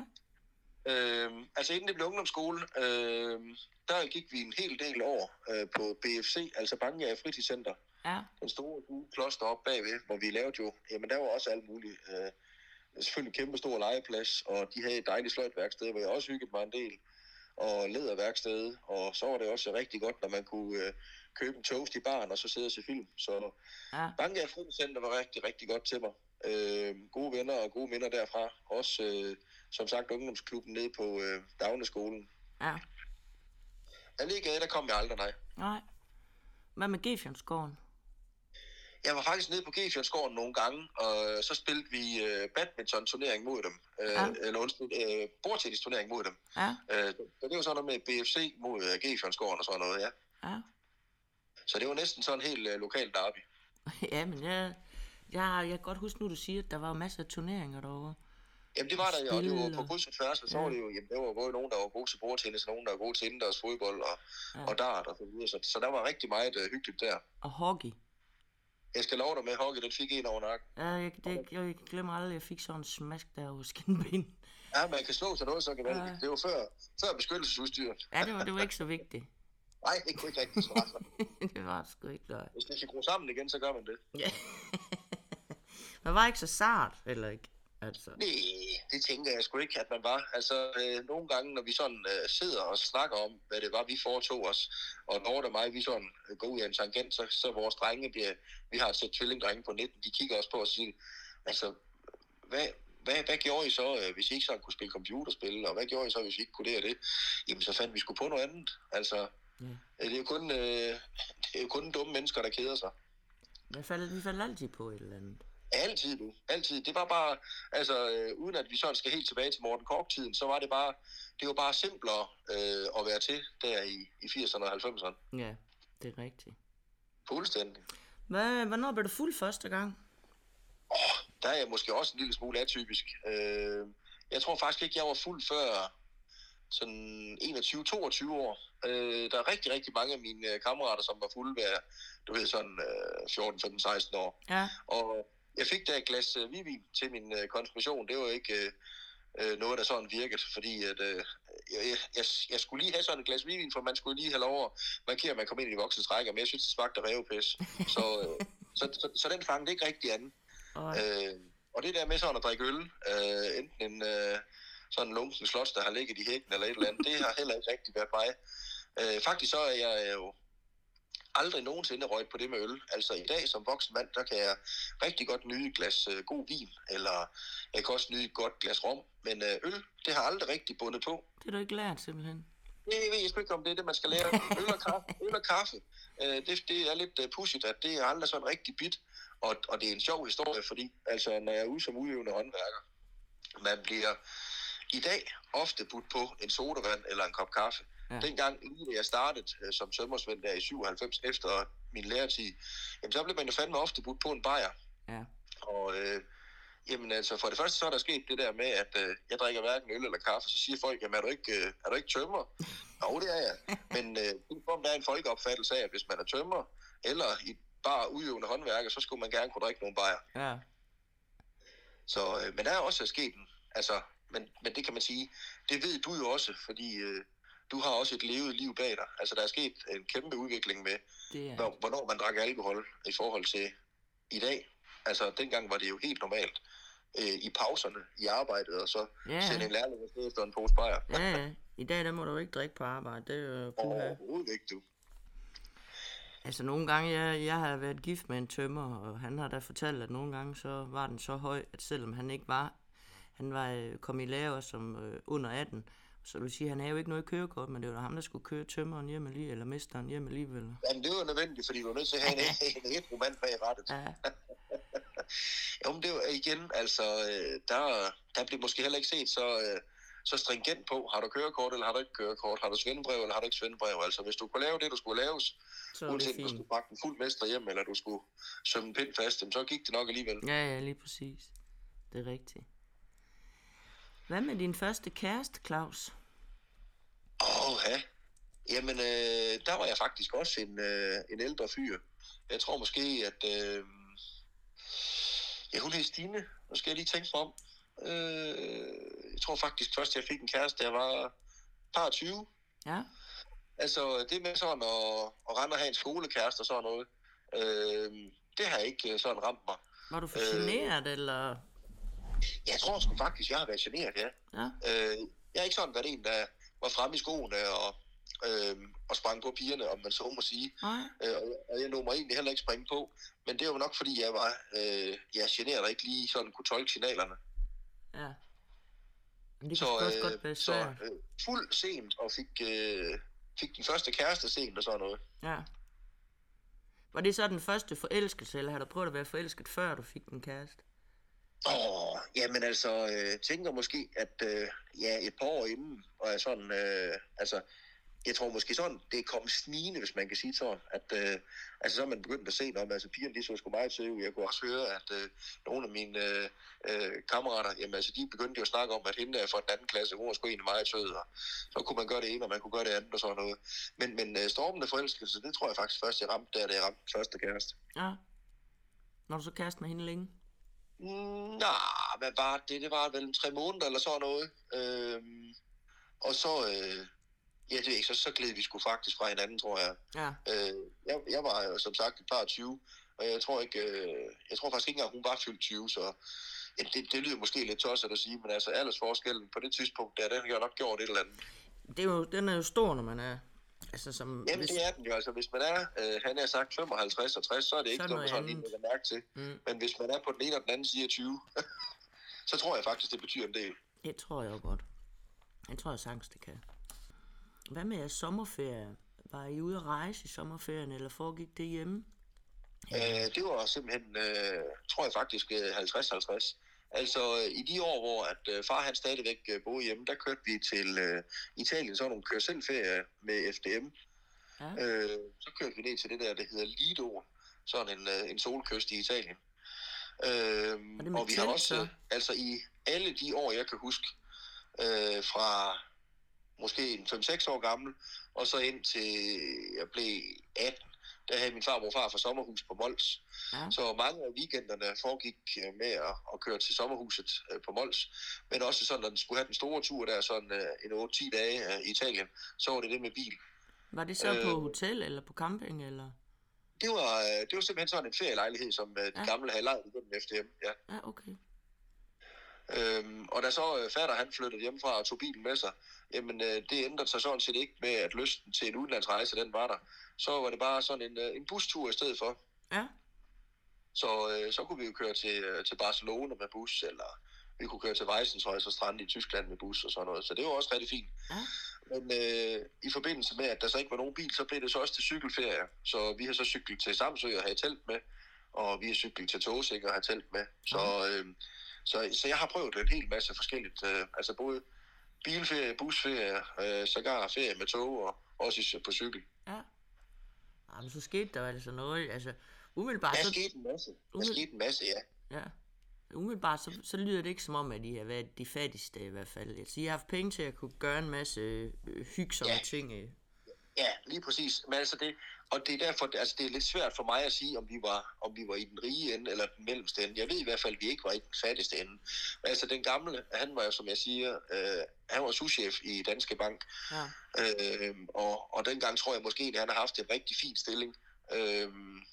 Øhm, altså inden det blev ungdomsskole, øhm, der gik vi en hel del år øh, på B F C, altså Bangager Fritidscenter.
Ja.
Den store gule kloster op bagved, hvor vi lavede jo, jamen der var også alt muligt. Øh, selvfølgelig kæmpe stor legeplads, og de havde et dejligt sløjtværksted, hvor jeg også hyggede mig en del. Og læderværksted, og så var det også rigtig godt, når man kunne øh, købe en toast i baren, og så sidde og se film. Så
Ja.
Bangager Fritidscenter var rigtig, rigtig godt til mig. Øh, gode venner og gode minder derfra. Også, øh, som sagt, ungdomsklubben nede på øh, Dagneskolen.
Ja.
Alligevel, der kom jeg aldrig, nej.
Nej. Hvad med Gefjonsgården?
Jeg var faktisk nede på Gefjonsgården nogle gange, og så spillede vi øh, badminton-turnering mod dem. Øh,
Ja.
Eller undskyld, øh, bordtennis-turnering mod dem.
Ja.
Øh, så det var sådan noget med B F C mod øh, Gefjonsgården og sådan noget, ja.
Ja.
Så det var næsten sådan en helt øh, lokal derby.
Ja, men jeg, jeg, jeg kan godt huske nu, du siger, at der var masser af turneringer derovre.
Jamen det var der, og det var
Spil
på
og-
kryds og tværs, og så
Ja.
var det jo, jamen der var både nogen, der var gode til bordtennis, og nogen, der var gode til indendørs fodbold og,
Ja.
og dart og så videre. Så, så der var rigtig meget uh, hyggeligt der.
Og hockey.
Jeg skal love dig med, hockey, den fik en over nakken.
Ja, jeg, det, jeg, jeg glemmer aldrig, at jeg fik sådan en smask der over skinben.
Ja, man kan slå sig noget så gevaldigt.
Ja.
Det var før, før beskyttelsesudstyr.
Ja, det var, det var ikke så vigtigt.
Nej, det kunne ikke rigtig svare sig.
Det var sgu ikke løg.
Hvis det skal gro sammen igen, så gør man det.
Ja. Man var ikke så sart, eller ikke? Altså.
Nej, det tænker jeg sgu ikke, at man var. Altså, øh, nogle gange, når vi sådan øh, sidder og snakker om, hvad det var, vi foretog os, og når og mig, vi sådan øh, går ud af en tangent, så, så vores drenge, bliver, vi har et sæt tvillingdrenge på nitten, de kigger også på os og siger, altså, hvad, hvad, hvad gjorde I så, øh, hvis I ikke sådan kunne spille computerspil, og hvad gjorde I så, hvis I ikke kunne det og det? Jamen, så fandt vi sgu på noget andet. Altså, mm. det er jo kun, øh, det er jo kun dumme mennesker, der keder sig.
Vi faldt, vi faldt altid på et eller andet.
Altid, du. Altid. Det var bare, altså, øh, uden at vi sådan skal helt tilbage til Morten Korch-tiden, så var det bare, det var bare simplere øh, at være til der i, i firserne og halvfemserne.
Ja, det er rigtigt.
Fuldstændig.
Hvad, hvornår blev du fuld første gang?
Åh, oh, der er jeg måske også en lille smule atypisk. Øh, jeg tror faktisk ikke, jeg var fuld før sådan enogtyve toogtyve år. Øh, der er rigtig, rigtig mange af mine øh, kammerater, som var fulde ved, du ved, sådan øh, fjorten, femten, seksten år.
Ja.
Og jeg fik da et glas øh, hvidvin til min øh, konfirmation. Det var ikke øh, noget, der sådan virkede, fordi at, øh, jeg, jeg, jeg skulle lige have sådan et glas hvidvin, for man skulle lige have lov at markere, at man kom ind i de voksne strækker, men jeg synes, det smagte af rævepis. Så, øh, så, så, så den fangede ikke rigtig an. Øh, og det der med sådan at drikke øl, øh, enten en øh, sådan en lunken slots, der har ligget i hækken eller et eller andet, det har heller ikke rigtig været mig. Øh, faktisk så er jeg jo aldrig nogensinde røget på det med øl. Altså i dag som voksen mand, der kan jeg rigtig godt nyde et glas øh, god vin, eller jeg kan også nyde et godt glas rom, men øh, øl, det har aldrig rigtig bundet på.
Det har du ikke lært simpelthen?
Det ved jeg sgu ikke, om det er det, man skal lære. Øl og kaffe, øl og kaffe. Øh, det, det er lidt uh, pudsigt, at det er aldrig sådan rigtig bit, og, og det er en sjov historie, fordi altså, når jeg er ude som udøvende håndværker, man bliver i dag ofte budt på en sodavand eller en kop kaffe. Ja. Dengang, inden jeg startede øh, som tømrersvend der i syvoghalvfems efter min læretid, jamen, så blev man jo fandme ofte budt på en bajer.
Ja.
Og øh, jamen altså, for det første så er der sket det der med, at øh, jeg drikker hverken øl eller kaffe, så siger folk, jamen er du ikke, øh, er du ikke tømrer? Jo, det er jeg. Men øh, der er en folkeopfattelse af, at hvis man er tømrer, eller i bare udøvende håndværker, så skulle man gerne kunne drikke nogle bajer.
Ja.
Så, øh, men der er også sket en, altså, men, men det kan man sige, det ved du jo også, fordi øh, du har også et levet liv bag dig. Altså, der er sket en kæmpe udvikling med, er... hvornår man drak alkohol i forhold til i dag. Altså, dengang var det jo helt normalt øh, i pauserne, i arbejdet, og så ja. Sende en lærling afsted efter en pose bajer.
Ja, ja. I dag, der må du ikke drikke på arbejde. Det er jo
overhovedet ikke, du.
Altså, nogle gange, jeg, jeg har været gift med en tømrer, og han har da fortalt, at nogle gange, så var den så høj, at selvom han ikke var, han var kom i lære som øh, under atten, så vil sige, at han havde jo ikke noget kørekort, men det var ham, der skulle køre tømmeren hjem alligevel, eller mesteren hjem alligevel.
Jamen, det var nødvendigt, fordi du var nødt til at have en, en et mand bag rattet. Ja. Jo, men det var igen, altså, der, der blev måske heller ikke set så, så stringent på, har du kørekort, eller har du ikke kørekort, har du svendebrev, eller har du ikke svendebrev, altså hvis du kunne lave det, du skulle laves, uanset du skulle pakke en fuld mester hjem, eller du skulle sømme en pind fast, så gik det nok alligevel.
Ja, ja, lige præcis. Det er rigtigt. Hvad med din første kæreste, Claus?
Åh, ja. Jamen, øh, der var jeg faktisk også en, øh, en ældre fyr. Jeg tror måske, at... Øh, ja, hun hed Stine. Nu skal jeg lige tænke mig om. Øh, jeg tror faktisk først, jeg fik en kæreste, jeg var par tyve.
Ja.
Altså, det med sådan at, at rende og have en skolekæreste og sådan noget, øh, det har ikke sådan ramt mig.
Var du for generet, øh, eller...
Jeg tror sgu faktisk, jeg har været generet, ja.
Ja.
Øh, jeg har ikke sådan været en, der var fremme i skoene og, øh, og sprang på pigerne, om man så må sige. Øh, og jeg nåede mig egentlig heller ikke springe på. Men det var nok, fordi jeg var øh, jeg generet og ikke lige sådan kunne tolke signalerne.
Ja. Men det
så
kan også øh, godt være svært.
Så øh, fuld sent og fik, øh, fik den første kæreste sent og sådan noget.
Ja. Var det så den første forelskelse, eller har du prøvet at være forelsket, før du fik den kæreste?
Åh, jamen altså, øh, tænker måske, at øh, ja, et par år inden, og jeg sådan, øh, altså, jeg tror måske sådan, det er kommet snigende, hvis man kan sige sådan, at øh, altså, så er man begyndt at se, når altså, pigerne, de så sgu meget til, jeg kunne også høre, at øh, nogle af mine øh, øh, kammerater, jamen altså, de begyndte jo at snakke om, at hende der fra den anden klasse, hun var sgu egentlig meget sød, og så kunne man gøre det ene, og man kunne gøre det andet, og sådan noget. Men, men øh, stormende forelskelse, det tror jeg faktisk først, jeg ramte der, da jeg ramte den første kæreste.
Ja. Når du så kæreste med hende længe?
Mm, nej, hvad var det? Det var vel en tre måneder eller sådan noget. Øhm, og så, øh, ja, det ved ikke, så, så gled vi sgu faktisk fra hinanden, tror jeg.
Ja.
Øh, jeg, jeg var jo som sagt et par tyve, og jeg tror ikke, øh, jeg tror faktisk ikke engang, hun var fyldt tyve, så Ja, det, det lyder måske lidt tosset at sige, men altså aldersforskellen på det tidspunkt, der, den har nok gjort et eller andet.
Det er jo, den er jo stor, når man er... Altså, som,
Jamen,
hvis,
det er den jo. Altså, hvis man er, øh, han har sagt femoghalvtreds og tres, så er det ikke
så er
noget, man sådan
andet.
lige lægger mærke til.
Mm.
Men hvis man er på den ene og den anden side af tyve, så tror jeg faktisk, det betyder en del.
Det tror jeg jo godt. Jeg tror, jeg sagtens, det kan. Hvad med jeres sommerferie? Var I ude at rejse i sommerferien, eller foregik det hjemme?
Ja. Øh, det var simpelthen, øh, tror jeg faktisk, halvtreds halvtreds. Altså, øh, i de år, hvor at, øh, far han stadigvæk øh, boede hjemme, der kørte vi til øh, Italien, sådan nogle kør-selv-ferie med F D M. Ja. Øh, så kørte vi ned til det der, der hedder Lido, sådan en, øh, en solkyst i Italien. Øh, og, og vi har også, så? altså i alle de år, jeg kan huske, øh, fra måske fem seks år gammel, og så ind til jeg blev atten, der havde min farmor og far fra sommerhus på Mols. Ja. Så mange af weekenderne foregik med at, at køre til sommerhuset på Mols, men også sådan, når den skulle have den store tur der, sådan en otte ti dage i Italien, så var det det med bil.
Var det så øh, på hotel eller på camping, eller?
Det var, det var simpelthen sådan en ferielejlighed, som de ja. gamle havde lejet igennem F D M. Ja,
ja okay.
Øhm, og da så fatter han flyttede hjemmefra og tog bilen med sig, jamen øh, det ændrede sig sådan set ikke med, at lysten til en udenlandsrejse, den var der. Så var det bare sådan en, øh, en bustur i stedet for.
Ja.
Så, øh, så kunne vi jo køre til, øh, til Barcelona med bus, eller vi kunne køre til Weissensheus og Strand i Tyskland med bus og sådan noget. Så det var også rigtig fint.
Ja.
Men øh, i forbindelse med, at der så ikke var nogen bil, så blev det så også til cykelferie. Så vi har så cyklet til Samsø og have telt med, og vi har cyklet til Tåsinge og have telt med. Så... Øh, Så, så jeg har prøvet en hel masse forskelligt, øh, altså både bilferie, busferie, øh, sågar ferie med tog og også på cykel.
Ja. Jamen, så skete der altså noget, altså umiddelbart...
Der
så...
skete en masse, der
Umiddel...
skete en masse, ja.
Ja. Umiddelbart, så, så lyder det ikke som om, at I har været de fattigste i hvert fald. Altså, I har haft penge til at kunne gøre en masse øh, hyggesomme
ja.
ting. Øh.
Ja, lige præcis. Men altså det, og det er derfor, altså det er lidt svært for mig at sige, om vi var, om vi var i den rige ende eller den mellemste ende. Jeg ved i hvert fald, at vi ikke var i den fattigste ende. Men altså den gamle, han var jo, som jeg siger, øh, han var souschef i Danske Bank.
Ja.
Øh, og, og dengang tror jeg måske, at han har haft en rigtig fin stilling. Øh,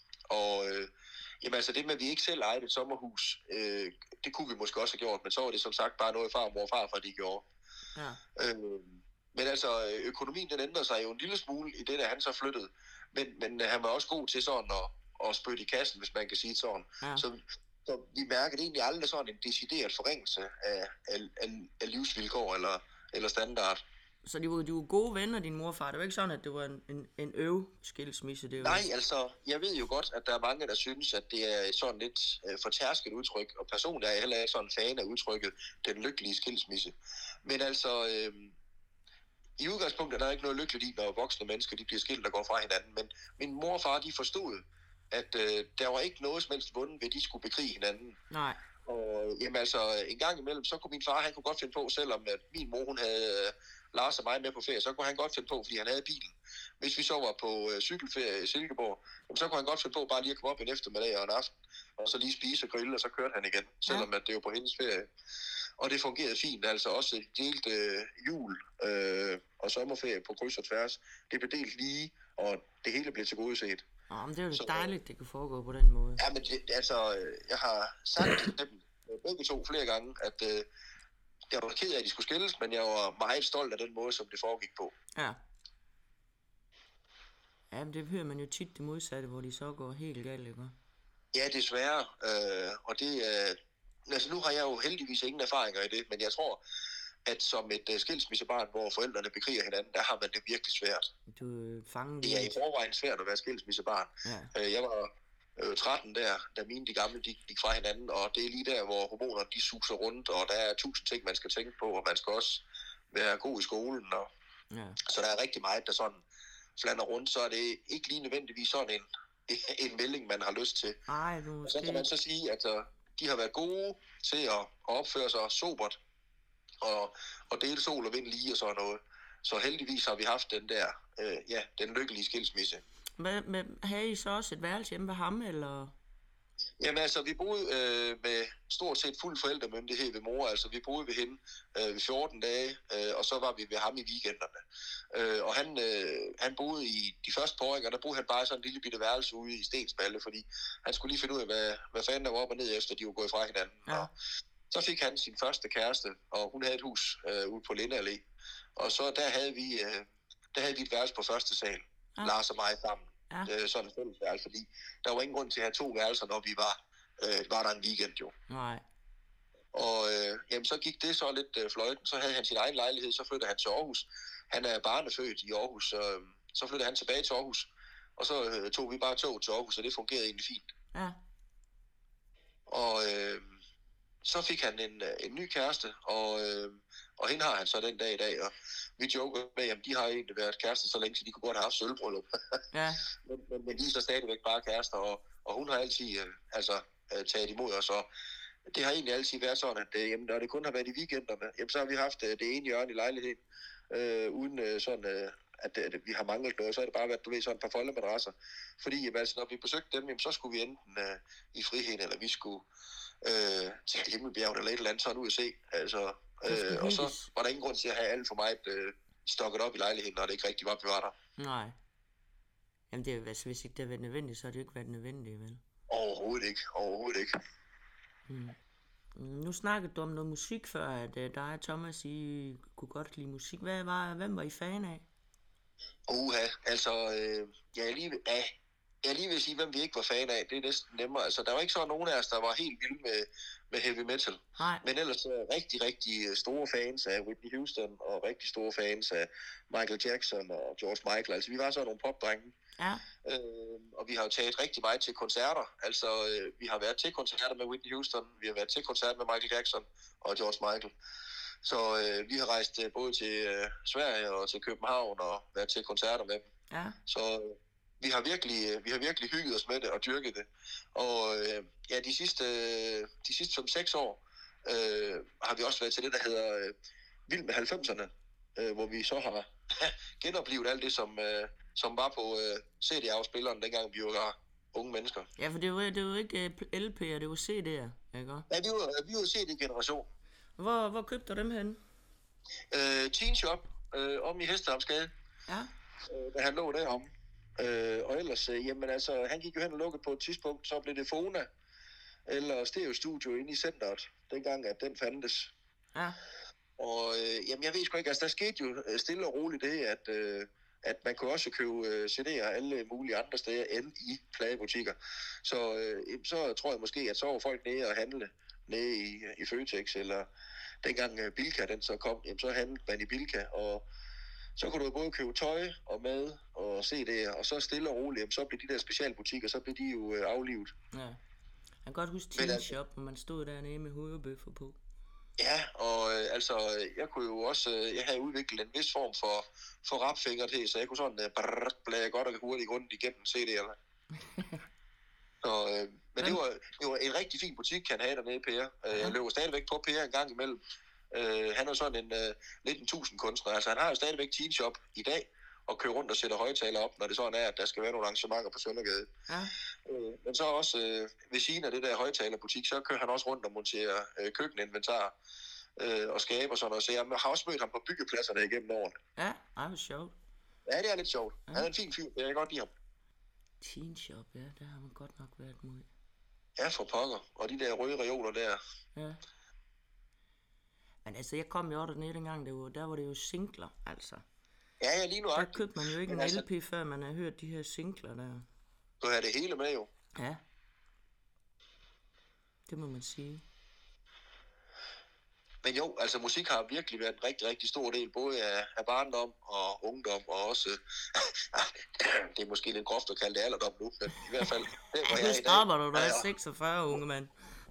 og øh, jamen altså det med, at vi ikke selv ejede et sommerhus, øh, det kunne vi måske også have gjort, men så var det som sagt bare noget farmor og farfar, de gjorde.
Ja.
Øh, Men altså, økonomien den ændrede sig jo en lille smule i det, da han så flyttede. Men, men han var også god til sådan at, at spytte i kassen, hvis man kan sige sådan.
Ja.
Så, så vi mærkede egentlig aldrig sådan en decideret forringelse af, af, af, af livsvilkår eller, eller standard.
Så de var, de var gode venner, din mor og far? Det var ikke sådan, at det var en, en, en øv skilsmisse? Det var...
Nej, altså, jeg ved jo godt, at der er mange, der synes, at det er sådan lidt øh, fortærsket udtryk. Og personligt er jeg heller ikke sådan en fan af udtrykket, den lykkelige skilsmisse. Men altså... Øh, I udgangspunktet er der ikke noget lykkeligt i, når voksne mennesker de bliver skilt og går fra hinanden, men min mor og far de forstod, at øh, der var ikke noget som helst vundet ved, at de skulle bekrige hinanden.
Nej.
Og jamen altså, en gang imellem, så kunne min far, han kunne godt finde på, selvom at min mor, hun havde øh, Lars og mig med på ferie, så kunne han godt finde på, fordi han havde bilen. Hvis vi så var på øh, cykelferie i Silkeborg, jamen, så kunne han godt finde på bare lige at komme op en eftermiddag og en aften, og så lige spise og grille, og så kørte han igen, selvom ja. at det var på hendes ferie. Og det fungerede fint, altså også delt øh, jul øh, og sommerferie på kryds og tværs. Det blev delt lige, og det hele blev tilgodeset.
Ja, men det er jo så, dejligt, det kan foregå på den måde.
Ja, men det, altså, jeg har sagt til dem begge to flere gange, at øh, jeg var ked af, at de skulle skilles, men jeg var meget stolt af den måde, som det foregik på.
Ja. Ja, men det hører man jo tit det modsatte, hvor de så går helt galt, ikke?
Ja, desværre. Øh, og det er... Øh, altså, nu har jeg jo heldigvis ingen erfaringer i det, men jeg tror, at som et uh, skilsmissebarn, hvor forældrene bekriger hinanden, der har man det virkelig svært.
Du fanger
det er i forvejen svært at være skilsmissebarn.
Ja.
Uh, jeg var uh, tretten der, da mine de gamle de gik fra hinanden, og det er lige der, hvor hormonerne de suser rundt, og der er tusind ting, man skal tænke på, og man skal også være god i skolen. Og...
Ja.
Så der er rigtig meget, der sådan flander rundt, så er det ikke lige nødvendigvis sådan en, en melding, man har lyst til.
Ej, du
og så kan man så sige, at uh, de har været gode til at, at opføre sig sobert, og, og dele sol og vind lige og sådan noget. Så heldigvis har vi haft den der, øh, ja, den lykkelige skilsmisse.
Hvad, med, havde I så også et værelse hjemme ved ham, eller?
Jamen altså, vi boede øh, med stort set fuld forældremyndighed ved mor, altså vi boede ved hende øh, ved fjorten dage, øh, og så var vi ved ham i weekenderne. Øh, og han, øh, han boede i de første par år, og der boede han bare sådan en lille bitte værelse ude i Stensballe, fordi han skulle lige finde ud af, hvad, hvad fanden der var op og ned efter, de var gået fra hinanden.
Ja.
Og, Så fik han sin første kæreste, og hun havde et hus øh, ude på Linde Allé. Og så der havde vi, øh, der havde vi et værelse på første sal, ja. Lars og mig sammen. Ja. Øh, sådan en fælles værelse, fordi der var ingen grund til at have to værelser, når vi var, øh, var der en weekend jo.
Nej.
Og øh, jamen, så gik det så lidt øh, fløjten. Så havde han sin egen lejlighed, så flyttede han til Aarhus. Han er barnefødt i Aarhus, så, øh, så flyttede han tilbage til Aarhus. Og så øh, tog vi bare tog til Aarhus, og det fungerede egentlig fint.
Ja.
Og øh, så fik han en, en ny kæreste, og, øh, og hende har han så den dag i dag. Og vi joker med, at de har egentlig været kærester så længe, så de kunne godt have haft sølvbryllup.
Ja.
men, men, men de er så stadigvæk bare kærester, og, og hun har altid øh, altså, øh, taget imod os. Og det har egentlig altid været sådan, at øh, jamen, når det kun har været i weekenderne, jamen, så har vi haft øh, det ene hjørne i lejligheden, øh, uden øh, sådan... Øh, At, at vi har manglet noget, så er det bare været, du ved, sådan et par foldemadrasser. Fordi jamen, altså, når vi besøgte dem, jamen, så skulle vi enten øh, i friheden, eller vi skulle øh, til Himmelbjerget, eller et eller andet, sådan ud at se. Altså, øh, og så var der ingen grund til at have alt for meget øh, stokket op i lejligheden, når det ikke rigtig var, vi var der.
Nej. Jamen, det er, altså, hvis ikke det har været nødvendigt, så har det jo ikke været nødvendigt, vel?
Overhovedet ikke, overhovedet ikke.
Hmm. Nu snakkede du om noget musik før, at uh, dig og Thomas, I kunne godt lide musik. Hvad var, hvem var I fan af?
Uha, altså, øh, jeg, er lige, ja, jeg er lige ved at sige, hvem vi ikke var fan af. Det er næsten nemmere. Altså, der var ikke så nogen af os, der var helt vilde med, med heavy metal.
Nej.
Men ellers er rigtig, rigtig store fans af Whitney Houston, og rigtig store fans af Michael Jackson og George Michael. Altså, vi var så nogle popdrenge.
Ja.
Øh, og vi har jo taget rigtig meget til koncerter. Altså, øh, vi har været til koncerter med Whitney Houston, vi har været til koncerter med Michael Jackson og George Michael. Så øh, vi har rejst øh, både til øh, Sverige og til København og været til koncerter med dem.
Ja.
Så øh, vi har virkelig øh, vi har virkelig hygget os med det og dyrket det. Og øh, ja, de sidste øh, de sidste som seks år øh, har vi også været til det, der hedder øh, Vild med halvfemserne, øh, hvor vi så har genoplevet alt det, som øh, som var på øh, C D-afspilleren, dengang vi var unge mennesker.
Ja, for det var, det var ikke uh, L P'er, det var C D'er, ikke?
Ja, vi var, vi var C D-generation.
Hvor, hvor købte du dem hen?
Øh, Teen Shop, øh, om i Hestehamnsgade.
Ja.
Øh, da han lå derom. Øh, og ellers, øh, jamen altså, han gik jo hen og lukkede på et tidspunkt, så blev det Fona, eller Stereo Studio inde i centret, dengang at den fandtes.
Ja.
Og øh, jamen, jeg ved sgu ikke, altså der skete jo stille og roligt det, at, øh, at man kunne også købe øh, C D'er alle mulige andre steder end i pladebutikker. Så, øh, så tror jeg måske, at så var folk nede og handle nede i, i Føtex, eller dengang uh, Bilka den så kom, jamen, så handlede man i Bilka, og så kunne du både købe tøj og mad og C D'er, og så stille og roligt, jamen, så blev de der specialbutikker, så blev de jo uh, aflivet.
Ja. Jeg kan godt huske Teen Shop, hvor man stod dernede med hovedbøffer på.
Ja, og øh, altså, jeg kunne jo også, øh, jeg havde udviklet en vis form for, for rapfinger til, så jeg kunne sådan øh, brrr, blade godt og hurtigt rundt igennem C D'erne. Så, øh, men det var, det var en rigtig fin butik, han havde dernede, Per. Øh, jeg løber stadigvæk på Per en gang imellem. Øh, han er sådan en øh, lidt en tusind kunstner. Altså, han har jo stadigvæk Teen Shop i dag, og kører rundt og sætter højtaler op, når det sådan er, at der skal være nogle arrangementer på Søndergade.
Ja.
Øh, men så også øh, ved siden af det der højtalerbutik, så kører han også rundt og monterer øh, køkkeninventar øh, og skaber og sådan noget. Så jeg har også mødt ham på byggepladserne igennem året.
Ja, ej, hvor sjovt.
Ja, det er lidt sjovt. Ja. Han er en fin fyr, jeg kan godt lide ham.
Teen Shop, ja, der har man godt nok været mod.
Ja, for pokker. Og de der røde reoler der.
Ja. Men altså, jeg kom jo dernede dengang, det var, der var det jo singler, altså.
Ja, ja, lige nu.
Der købte man jo ikke
men
en
altså,
L P, før man har hørt de her singler der.
Du har det hele med jo.
Ja. Det må man sige.
Men jo, altså musik har virkelig været en rigtig, rigtig stor del, både af, af barndom og ungdom, og også, det er måske lidt groft at kalde det alderdom nu, men i hvert fald, det var jeg i dag.
Nu stopper du, der er seksogfyrre, unge mand.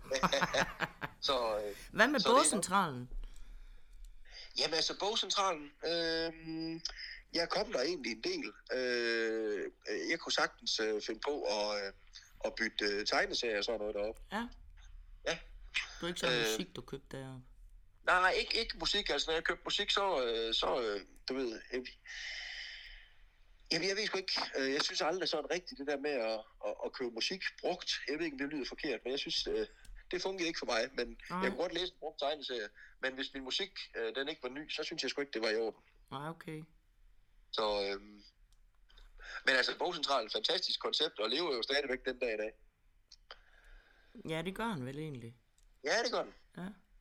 så,
hvad med bogcentralen?
Jamen altså, bogcentralen, øh, jeg kom der egentlig en del. Øh, jeg kunne sagtens øh, finde på at, øh, at bytte øh, tegneserier og sådan noget deroppe.
Ja.
Ja.
Du er ikke sådan øh, musik, du købte deroppe?
Nej, nej, ikke, ikke musik. Altså, når jeg købte musik, så, øh, så øh, du ved... Jeg, jamen, jeg ved sgu ikke. Jeg synes aldrig sådan rigtigt det der med at, at, at købe musik brugt. Jeg ved ikke, om det lyder forkert, men jeg synes... Øh, det fungerede ikke for mig, men nej. Jeg kunne godt læse en brugt tegneserie. Men hvis min musik, øh, den ikke var ny, så synes jeg sgu ikke, det var i orden.
Nej, okay.
Så, øh, men altså, bogcentralen er et fantastisk koncept, og lever jo stadigvæk den dag i dag.
Ja, det gør han vel egentlig.
Ja, det gør den.
Ja.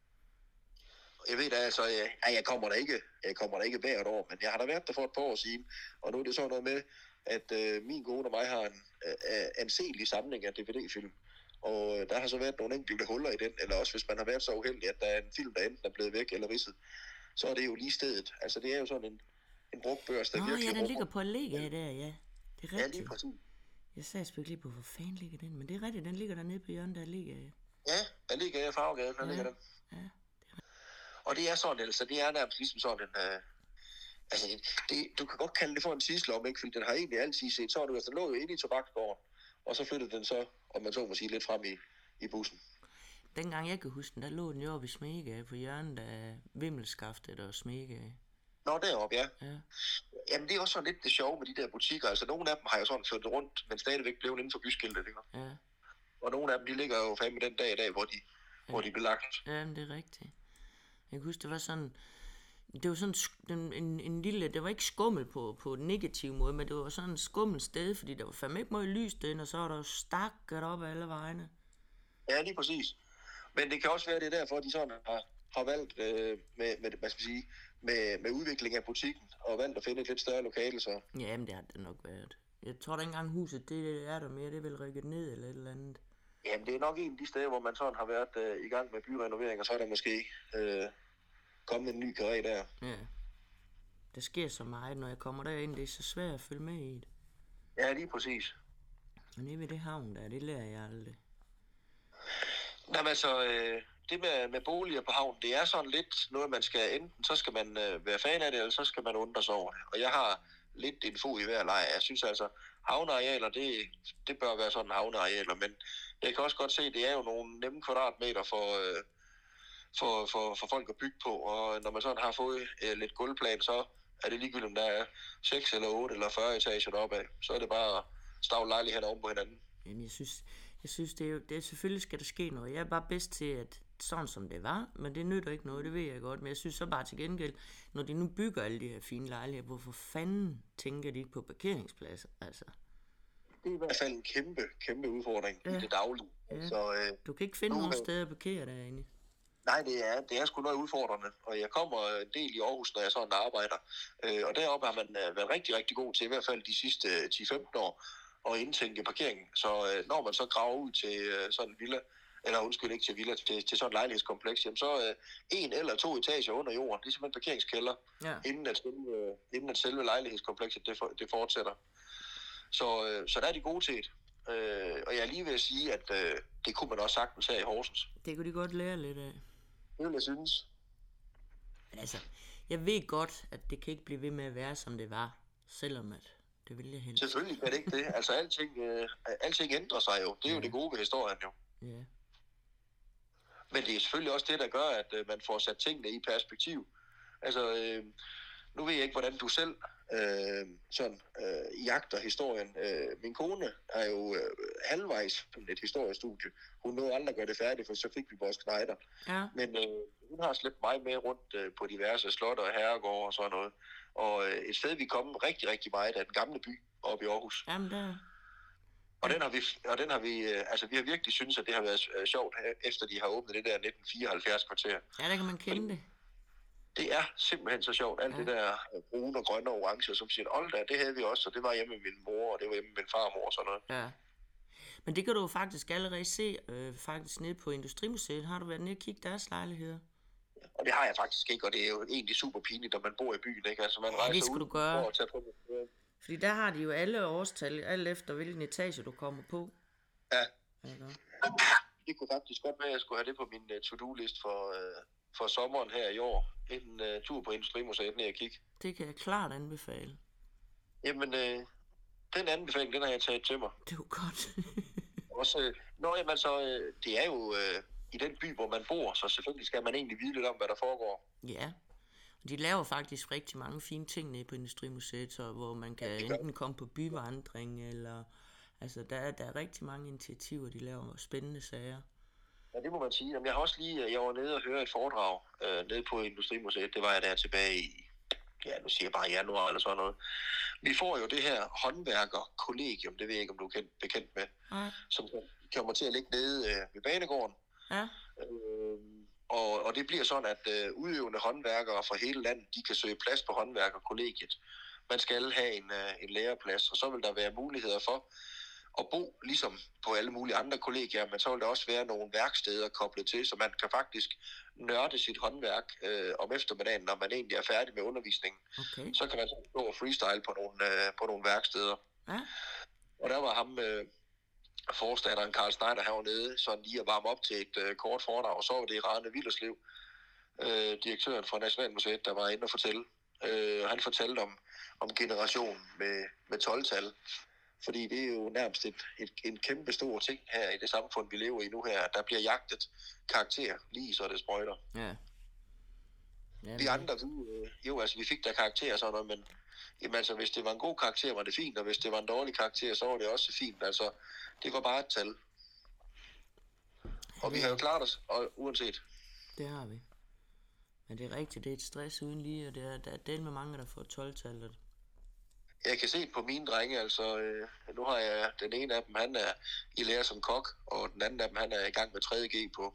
jeg ved da altså, jeg, jeg kommer der ikke, jeg kommer der ikke hvert år, men jeg har da været der for et par år siden, og nu er det sådan noget med, at øh, min kone og mig har en øh, anselig samling af D V D-film, og øh, der har så været nogle enkelte huller i den, eller også hvis man har været så uheldig, at der er en film, der enten er blevet væk eller ridset, så er det jo lige stedet. Altså det er jo sådan en, en brugt børs, der
Nå,
virkelig...
ja, den ligger på Allega der, ja. Det er
Ja,
rigtigt.
lige præcis.
Jeg sagde sgu ikke lige på, hvor fanden ligger den, men det er rigtigt, den ligger dernede på hjørnet, der ligger, ja.
Ja, der ligger jeg i Farvegade, der
Ja.
ligger den.
Ja.
Og det er sådan, altså, det er nærmest ligesom sådan en... Øh, altså, det, du kan godt kalde det for en tidslomme, ikke? Fordi den har egentlig altid set sådan ud. Altså, den lå jo inde i tobaksgården, og så flyttede den så, om man så må sige, lidt frem i, i bussen.
Dengang jeg kan huske den, der lå den jo oppe i Smegegade på hjørnet af Vimmelskaftet og Smegegade.
Nå, deroppe, ja.
Ja.
Jamen, det er også sådan lidt det sjove med de der butikker. Altså, nogle af dem har jo sådan flyttet rundt, men stadigvæk blevet inden for byskiltet, ikke?
Ja.
Og nogle af dem, de ligger jo fandme den dag i dag, hvor de, ja. hvor de er belagt.
Ja, men det er rigtigt. Jeg kan huske, det var sådan... Det var sådan en, en, en lille... Det var ikke skummel på, på en negativ måde, men det var sådan en skummel sted, fordi der var fandme ikke meget lys derinde, og så var der jo stakket op ad alle vejene.
Ja, lige præcis. Men det kan også være, det er derfor, de sådan har, har valgt øh, med, med, hvad skal jeg sige, med, med udvikling af butikken, og valgt at finde et lidt større lokale, så...
Ja, men det har det nok været. Jeg tror, der ikke engang huset, det er der mere, det er vel rykket ned eller et eller andet.
Jamen, det er nok en af de steder, hvor man sådan har været øh, i gang med byrenovering, og så er der måske øh, kommet en ny karré der.
Ja. Der sker så meget, når jeg kommer derind, det er så svært at følge med i det.
Ja, lige præcis.
Og nede ved det havn der, det lærer jeg aldrig.
Jamen altså, øh, det med, med boliger på havnen, det er sådan lidt noget, man skal enten, så skal man øh, være fan af det, eller så skal man undre sig over det. Og jeg har lidt en fod i hver lejr. Jeg synes altså, havnearealer, det, det bør være sådan havnearealer, men jeg kan også godt se, at det er jo nogle nemme kvadratmeter for, øh, for, for, for folk at bygge på, og når man sådan har fået øh, lidt gulvplan, så er det ligegyldigt, om der er seks eller otte eller fyrre etager deroppe af. Så er det bare at stavle lejligheder oven på hinanden.
Jamen, jeg synes, jeg synes det er jo, det er, selvfølgelig skal der ske noget. Jeg er bare bedst til, at sådan som det var, men det nytter ikke noget, det ved jeg godt. Men jeg synes så bare til gengæld, når de nu bygger alle de her fine lejligheder, hvorfor fanden tænker de ikke på parkeringspladser, altså?
Det er i hvert fald en kæmpe, kæmpe udfordring ja. i det daglige.
Ja.
Så, øh,
du kan ikke finde
nu,
nogen steder at parkere derinde.
Nej, det er, det er sgu noget udfordrende, og jeg kommer en del i Aarhus, når jeg sådan arbejder. Øh, og deroppe har man været rigtig, rigtig god til, i hvert fald de sidste ti femten år, at indtænke parkering. Så øh, når man så graver ud til øh, sådan en villa, eller undskyld ikke til villa, til, til sådan en lejlighedskompleks, jamen så øh, en eller to etager under jorden, det er simpelthen parkeringskælder, ja. inden, at selve, inden at selve lejlighedskomplekset det, for, det fortsætter. Så, øh, så der er de gode til det. Øh, og jeg er lige ved at sige, at øh, det kunne man også sagtens her i Horsens.
Det kunne de godt lære lidt af.
Det vil jeg synes.
Altså, jeg ved godt, at det kan ikke blive ved med at være, som det var, selvom at det vil jeg helst.
Selvfølgelig kan det ikke det. Altså, alting, øh, alting ændrer sig jo. Det er ja. jo det gode ved historien jo.
Ja.
Men det er selvfølgelig også det, der gør, at øh, man får sat tingene i perspektiv. Altså, øh, nu ved jeg ikke, hvordan du selv øh, sådan øh, jagter historien. Øh, min kone er jo øh, halvvejs på et historiestudie. Hun nåede aldrig at gøre det færdigt, for så fik vi vores knejder.
Ja.
Men øh, hun har slæbt mig med rundt øh, på diverse slotter og herregårde og sådan noget. Og øh, et sted, vi er kommet rigtig, rigtig meget af den gamle by oppe i Aarhus.
Jamen, der...
Og den har vi, og den har vi, øh, altså vi har virkelig synes, at det har været øh, sjovt, efter de har åbnet det der nitten fireoghalvfjerds kvarter.
Ja, der kan man kende
Fordi,
det.
Det er simpelthen så sjovt, alt ja. det der brune og grønne og orange, som siger, hold da, det havde vi også, og det var hjemme med min mor, og det var hjemme med min farmor og sådan noget.
Ja. Men det kan du jo faktisk allerede se, øh, faktisk nede på Industrimuseet. Har du været nede og kigge deres lejligheder?
Og det har jeg faktisk ikke, og det er jo egentlig super pinligt, når man bor i byen, ikke? Altså man
ja,
rejser
det skulle
ud
du gøre.
og tager på det.
Fordi der har de jo alle årstal, alt efter hvilken etage du kommer på.
Ja.
Ja,
det kunne faktisk godt være, at jeg skulle have det på min uh, to-do-list for, uh, for sommeren her i år. En uh, tur på Industrimuseet ned og kigge.
Det kan jeg klart anbefale.
Jamen, uh, den anbefaling, den har jeg taget til mig.
Det er jo godt.
Også, uh, nå, jamen, så, uh, det er jo uh, i den by, hvor man bor, så selvfølgelig skal man egentlig vide lidt om, hvad der foregår.
Ja. De laver faktisk rigtig mange fine ting nede på Industrimuseet, så, hvor man kan ja, enten komme på byvandring, eller... Altså, der er, der er rigtig mange initiativer, de laver spændende sager.
Ja, det må man sige. Jamen, jeg har også lige... Jeg var nede og høre et foredrag øh, nede på Industrimuseet. Det var jeg der tilbage i... Ja, nu siger jeg bare januar eller sådan noget. Vi får jo det her håndværkerkollegium, det ved jeg ikke, om du er kendt, bekendt med,
ja.
som kommer til at ligge nede øh, ved banegården.
Ja.
Øh, Og, og det bliver sådan, at øh, udøvende håndværkere fra hele landet, de kan søge plads på håndværkerkollegiet. Man skal have en, øh, en læreplads, og så vil der være muligheder for at bo ligesom på alle mulige andre kollegier, men så vil der også være nogle værksteder koblet til, så man kan faktisk nørde sit håndværk øh, om eftermiddagen, når man egentlig er færdig med undervisningen.
Okay.
Så kan man så gå og freestyle på nogle, øh, på nogle værksteder.
Ja.
Og der var ham, øh, forstanderen Karl Schneider hernede, sådan lige at varme op til et øh, kort foredrag, og så var det Rane Willerslev, øh, direktøren fra Nationalmuseet, der var inde og fortælle. Øh, han fortalte om, om generationen med, med tolv-tal. Fordi det er jo nærmest et, et, en kæmpe stor ting her i det samfund, vi lever i nu her. Der bliver jagtet karakter, lige så det sprøjter.
Ja. Ja,
vi andre, vi, jo altså vi fik der karakter og sådan noget, men jamen, altså, hvis det var en god karakter, var det fint, og hvis det var en dårlig karakter, så var det også fint. Altså, det var bare et tal. Og vi har jo klaret os, og uanset.
Det har vi. Men det er rigtigt, det er et stress uden lige, og det er, der er del med mange, der får tolv-tallet.
Jeg kan se på mine drenge, altså øh, nu har jeg den ene af dem, han er i lære som kok, og den anden af dem, han er i gang med tredje G på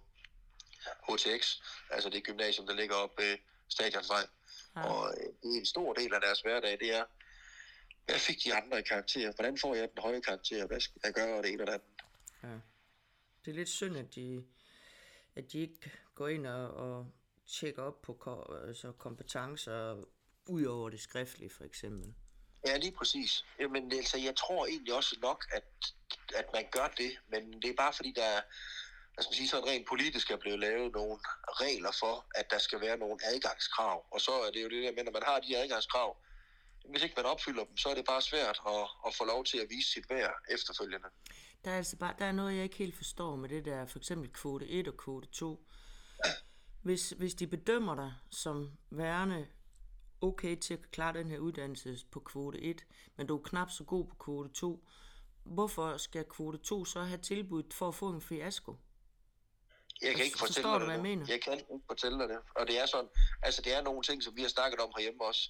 H T X, altså det gymnasium, der ligger oppe ved Stadionsvej. Ja. Og øh, det er en stor del af deres hverdag, det er, hvad fik de andre i karakter? Hvordan får jeg den høje karakter? Hvad skal jeg gøre, og det ene og det andet?
Ja. Det er lidt synd, at de, at de ikke går ind og, og tjekker op på ko- altså kompetencer ud over det skriftlige, for eksempel.
Ja, lige præcis. Jamen, altså, jeg tror egentlig også nok, at, at man gør det, men det er bare fordi, der er, hvad skal man sige, sådan rent politisk er blevet lavet nogle regler for, at der skal være nogle adgangskrav. Og så er det jo det der med, når man har de adgangskrav, hvis ikke man opfylder dem, så er det bare svært at, at få lov til at vise sit værd efterfølgende.
Der er altså bare, der er noget, jeg ikke helt forstår med det der, for eksempel kvote et og kvote to. Ja. Hvis, hvis de bedømmer dig som værende okay til at klare den her uddannelse på kvote et, men du er knap så god på kvote to, hvorfor skal kvote to så have tilbudt for at få en fiasko?
Jeg kan ikke
Forstår
fortælle
du,
dig
hvad
det.
jeg mener?
Jeg kan ikke fortælle dig det. Og det er sådan, altså det er nogle ting, som vi har snakket om herhjemme også.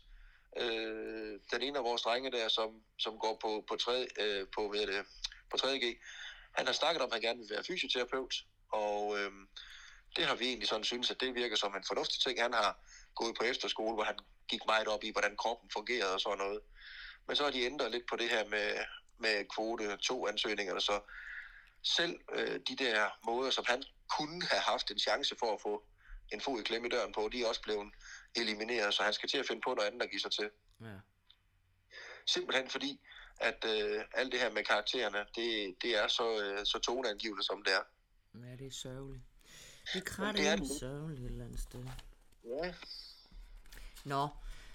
Øh, den ene af vores drenge der, som, som går på, på, tredje, øh, på, hvad det, på tredje G, han har snakket om, at han gerne vil være fysioterapeut, og øh, det har vi egentlig sådan synes, at det virker som en fornuftig ting. Han har gået på efterskole, hvor han gik meget op i, hvordan kroppen fungerede og sådan noget. Men så har de ændret lidt på det her med, med kvote to ansøgningerne, så selv øh, de der måder, som han kunne have haft en chance for at få en fod i klemme i døren på, de er også blevet elimineret, så han skal til at finde på noget andet at give sig til. Ja. Simpelthen fordi, at øh, alt det her med karaktererne, det, det er så, øh, så toneangivende, som det er.
Ja, det er sørgeligt. Det er kræt det sørgeligt et eller andet sted.
Ja.
Nå,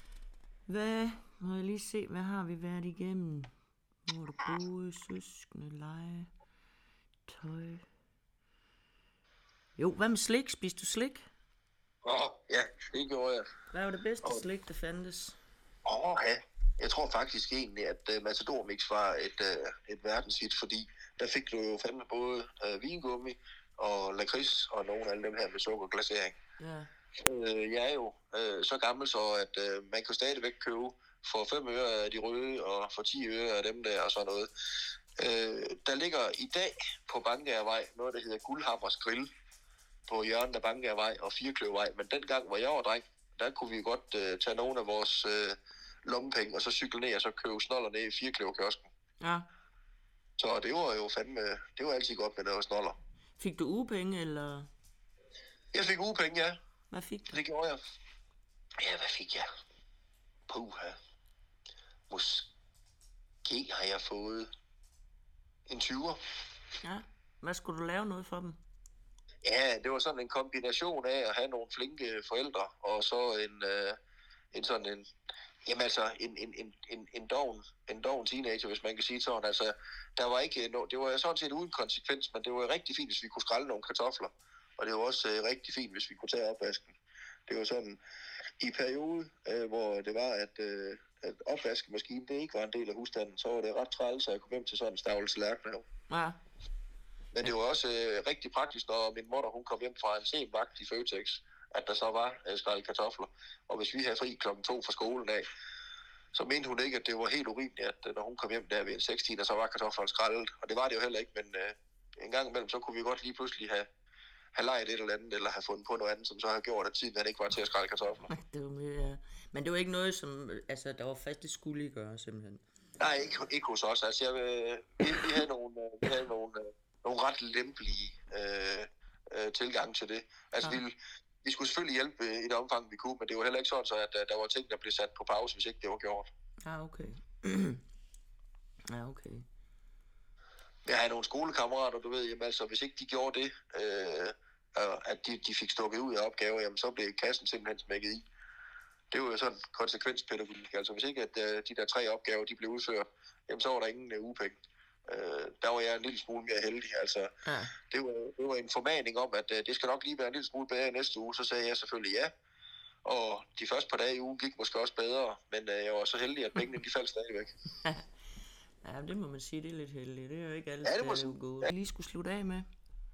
hvad, må jeg lige se, hvad har vi været igennem? Hvor er du boet, søskende, lege, tøj. Jo, hvad med slik? Spiste du slik?
Åh, oh, ja, det gjorde jeg.
Hvad var det bedste oh. slik, der fandtes?
Åh, oh, ja. Jeg tror faktisk egentlig, at uh, Matador Mix var et, uh, et verdenshit, fordi der fik du jo fandme både uh, vingummi og lakrids og nogle af alle dem her med sukkerglasering. Ja. Uh, jeg er jo uh, så gammel, så at uh, man kan stadigvæk købe for fem øre af de røde og for ti øre af dem der og sådan noget. Uh, der ligger i dag på Bangagervej noget, der hedder Guldhammers Grill på hjørnet af Bangagervej og Firekløvervej. Men dengang, hvor jeg var dreng, der kunne vi godt uh, tage nogle af vores uh, lommepenge og så cykle ned og så købe snoller ned i Firekløverkiosken. Ja. Så det var jo fandme, det var altid godt med noget snoller.
Fik du ugepenge, eller?
Jeg fik ugepenge, ja.
Hvad fik du?
Det gjorde jeg. Ja, hvad fik jeg? Puha. Måske har jeg fået en tyver.
Ja. Hvad skulle du lave noget for dem?
Ja, det var sådan en kombination af at have nogle flinke forældre, og så en, øh, en sådan en, jamen altså, en, en, en, en, en doven, en doven teenager, hvis man kan sige sådan. Altså, der var ikke, no, det var sådan set uden konsekvens, men det var rigtig fint, hvis vi kunne skrælle nogle kartofler. Og det var også øh, rigtig fint, hvis vi kunne tage opvasken. Det var sådan, i periode, øh, hvor det var, at, øh, at opvaskemaskinen, det ikke var en del af husstanden, så var det ret træls, at jeg kom hjem til sådan en stavle tallerkener. Ja. Men det var også øh, rigtig praktisk, når min mor, hun kom hjem fra en sen vagt i Føtex, at der så var øh, skrællet kartofler. Og hvis vi havde fri klokken to fra skolen af, så mente hun ikke, at det var helt urimeligt, at når hun kom hjem der ved en seks-tiden, så var kartoflerne skrællet. Og det var det jo heller ikke, men øh, en gang imellem, så kunne vi godt lige pludselig have, have leget et eller andet, eller have fundet på noget andet, som så har gjort, at tiden han ikke var til at skrælle kartofler.
Det var mere, ja. Men det var ikke noget, som altså, der var fast, det skulle I gøre, simpelthen?
Nej, ikke, ikke hos os. Altså, jeg, vi, vi havde nogle, vi havde nogle, nogle ret lempelige øh, øh, tilgang til det. Altså, ja. vi, vi skulle selvfølgelig hjælpe i det omfang, vi kunne, men det var heller ikke sådan, så at der var ting, der blev sat på pause, hvis ikke det var gjort.
Ja, okay. ja, okay.
Jeg havde nogle skolekammerater, du ved, jamen, altså, hvis ikke de gjorde det, øh, at de, de fik stukket ud af opgaver, jamen, så blev kassen simpelthen smækket i. Det var jo sådan konsekvenspædagogik. Altså hvis ikke at uh, de der tre opgaver, de blev udført, jamen så var der ingen uh, ugepenge. Uh, der var jeg en lille smule mere heldig. Altså, ja. det, var, det var en formaning om, at uh, det skal nok lige være en lille smule bedre næste uge. Så sagde jeg selvfølgelig ja. Og de første par dage i ugen gik måske også bedre, men uh, jeg var så heldig, at pengene de faldt stadigvæk.
Ja, det må man sige, det er lidt heldigt. Det er jo ikke alle
ja,
steder gode. Jeg lige skulle slutte af med.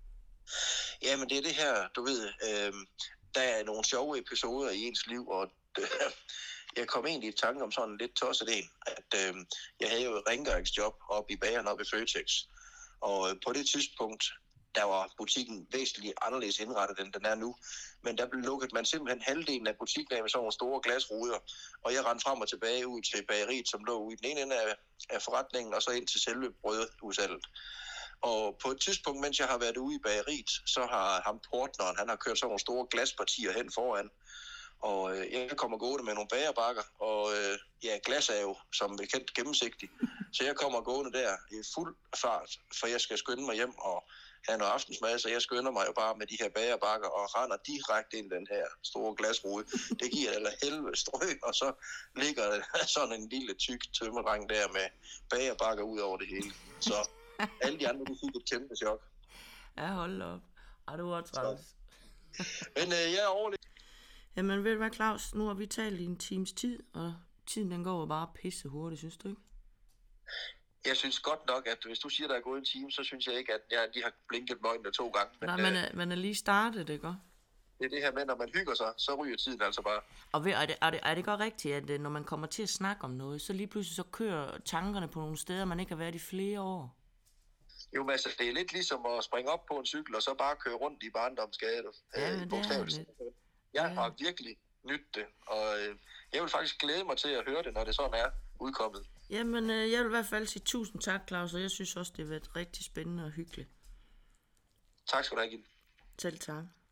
Ja, men det er det her, du ved, øh, der er nogle sjove episoder i ens liv, og jeg kom egentlig i tanke om sådan lidt tosset en, at øh, jeg havde jo et rengøringsjob oppe i bageren oppe i Føtex, og øh, på det tidspunkt, der var butikken væsentligt anderledes indrettet, end den er nu, men der blev lukket man simpelthen halvdelen af butikken af med sådan nogle store glasruder, og jeg rendte frem og tilbage ud til bageriet, som lå ude i den ene ende af, af forretningen, og så ind til selve brødudsalget. Og på et tidspunkt, mens jeg har været ude i bageriet, så har ham portneren, han har kørt sådan nogle store glaspartier hen foran, og øh, jeg kommer gående med nogle bagerbakker, og øh, ja, glas er jo som bekendt gennemsigtigt. Så jeg kommer gående der i fuld fart, for jeg skal skynde mig hjem og have noget aftensmad, så jeg skynder mig jo bare med de her bagerbakker og render direkte ind i den her store glasrude. Det giver eller helvede strøg, og så ligger der sådan en lille tyk tømmerdrang der med bagerbakker ud over det hele. Så alle de andre, de fik et kæmpe chok.
Ja, hold op. Ej, du var træls.
Men øh, jeg er overlevet.
Jamen ved du hvad, Claus, nu har vi talt i en times tid, og tiden den går bare pisse hurtigt, synes du ikke?
Jeg synes godt nok, at hvis du siger, der er gået en time, så synes jeg ikke, at jeg lige har blinket med øjnene to gange.
Men, Nej, man er, man er lige startet, ikke?
Det er det her med, når man hygger sig, så ryger tiden altså bare.
Og ved, er, det, er, det, er det godt rigtigt, at når man kommer til at snakke om noget, så lige pludselig så kører tankerne på nogle steder, man ikke har været i flere år?
Jo, men altså, det er lidt ligesom at springe op på en cykel, og så bare køre rundt i barndomsgade.
Ja, men det er lidt.
Jeg ja. har virkelig nydt det, og øh, jeg vil faktisk glæde mig til at høre det, når det sådan er udkommet.
Jamen, øh, jeg vil i hvert fald sige tusind tak, Claus, og jeg synes også, det har været rigtig spændende og hyggeligt.
Tak skal du have, Gitte.
Selv tak.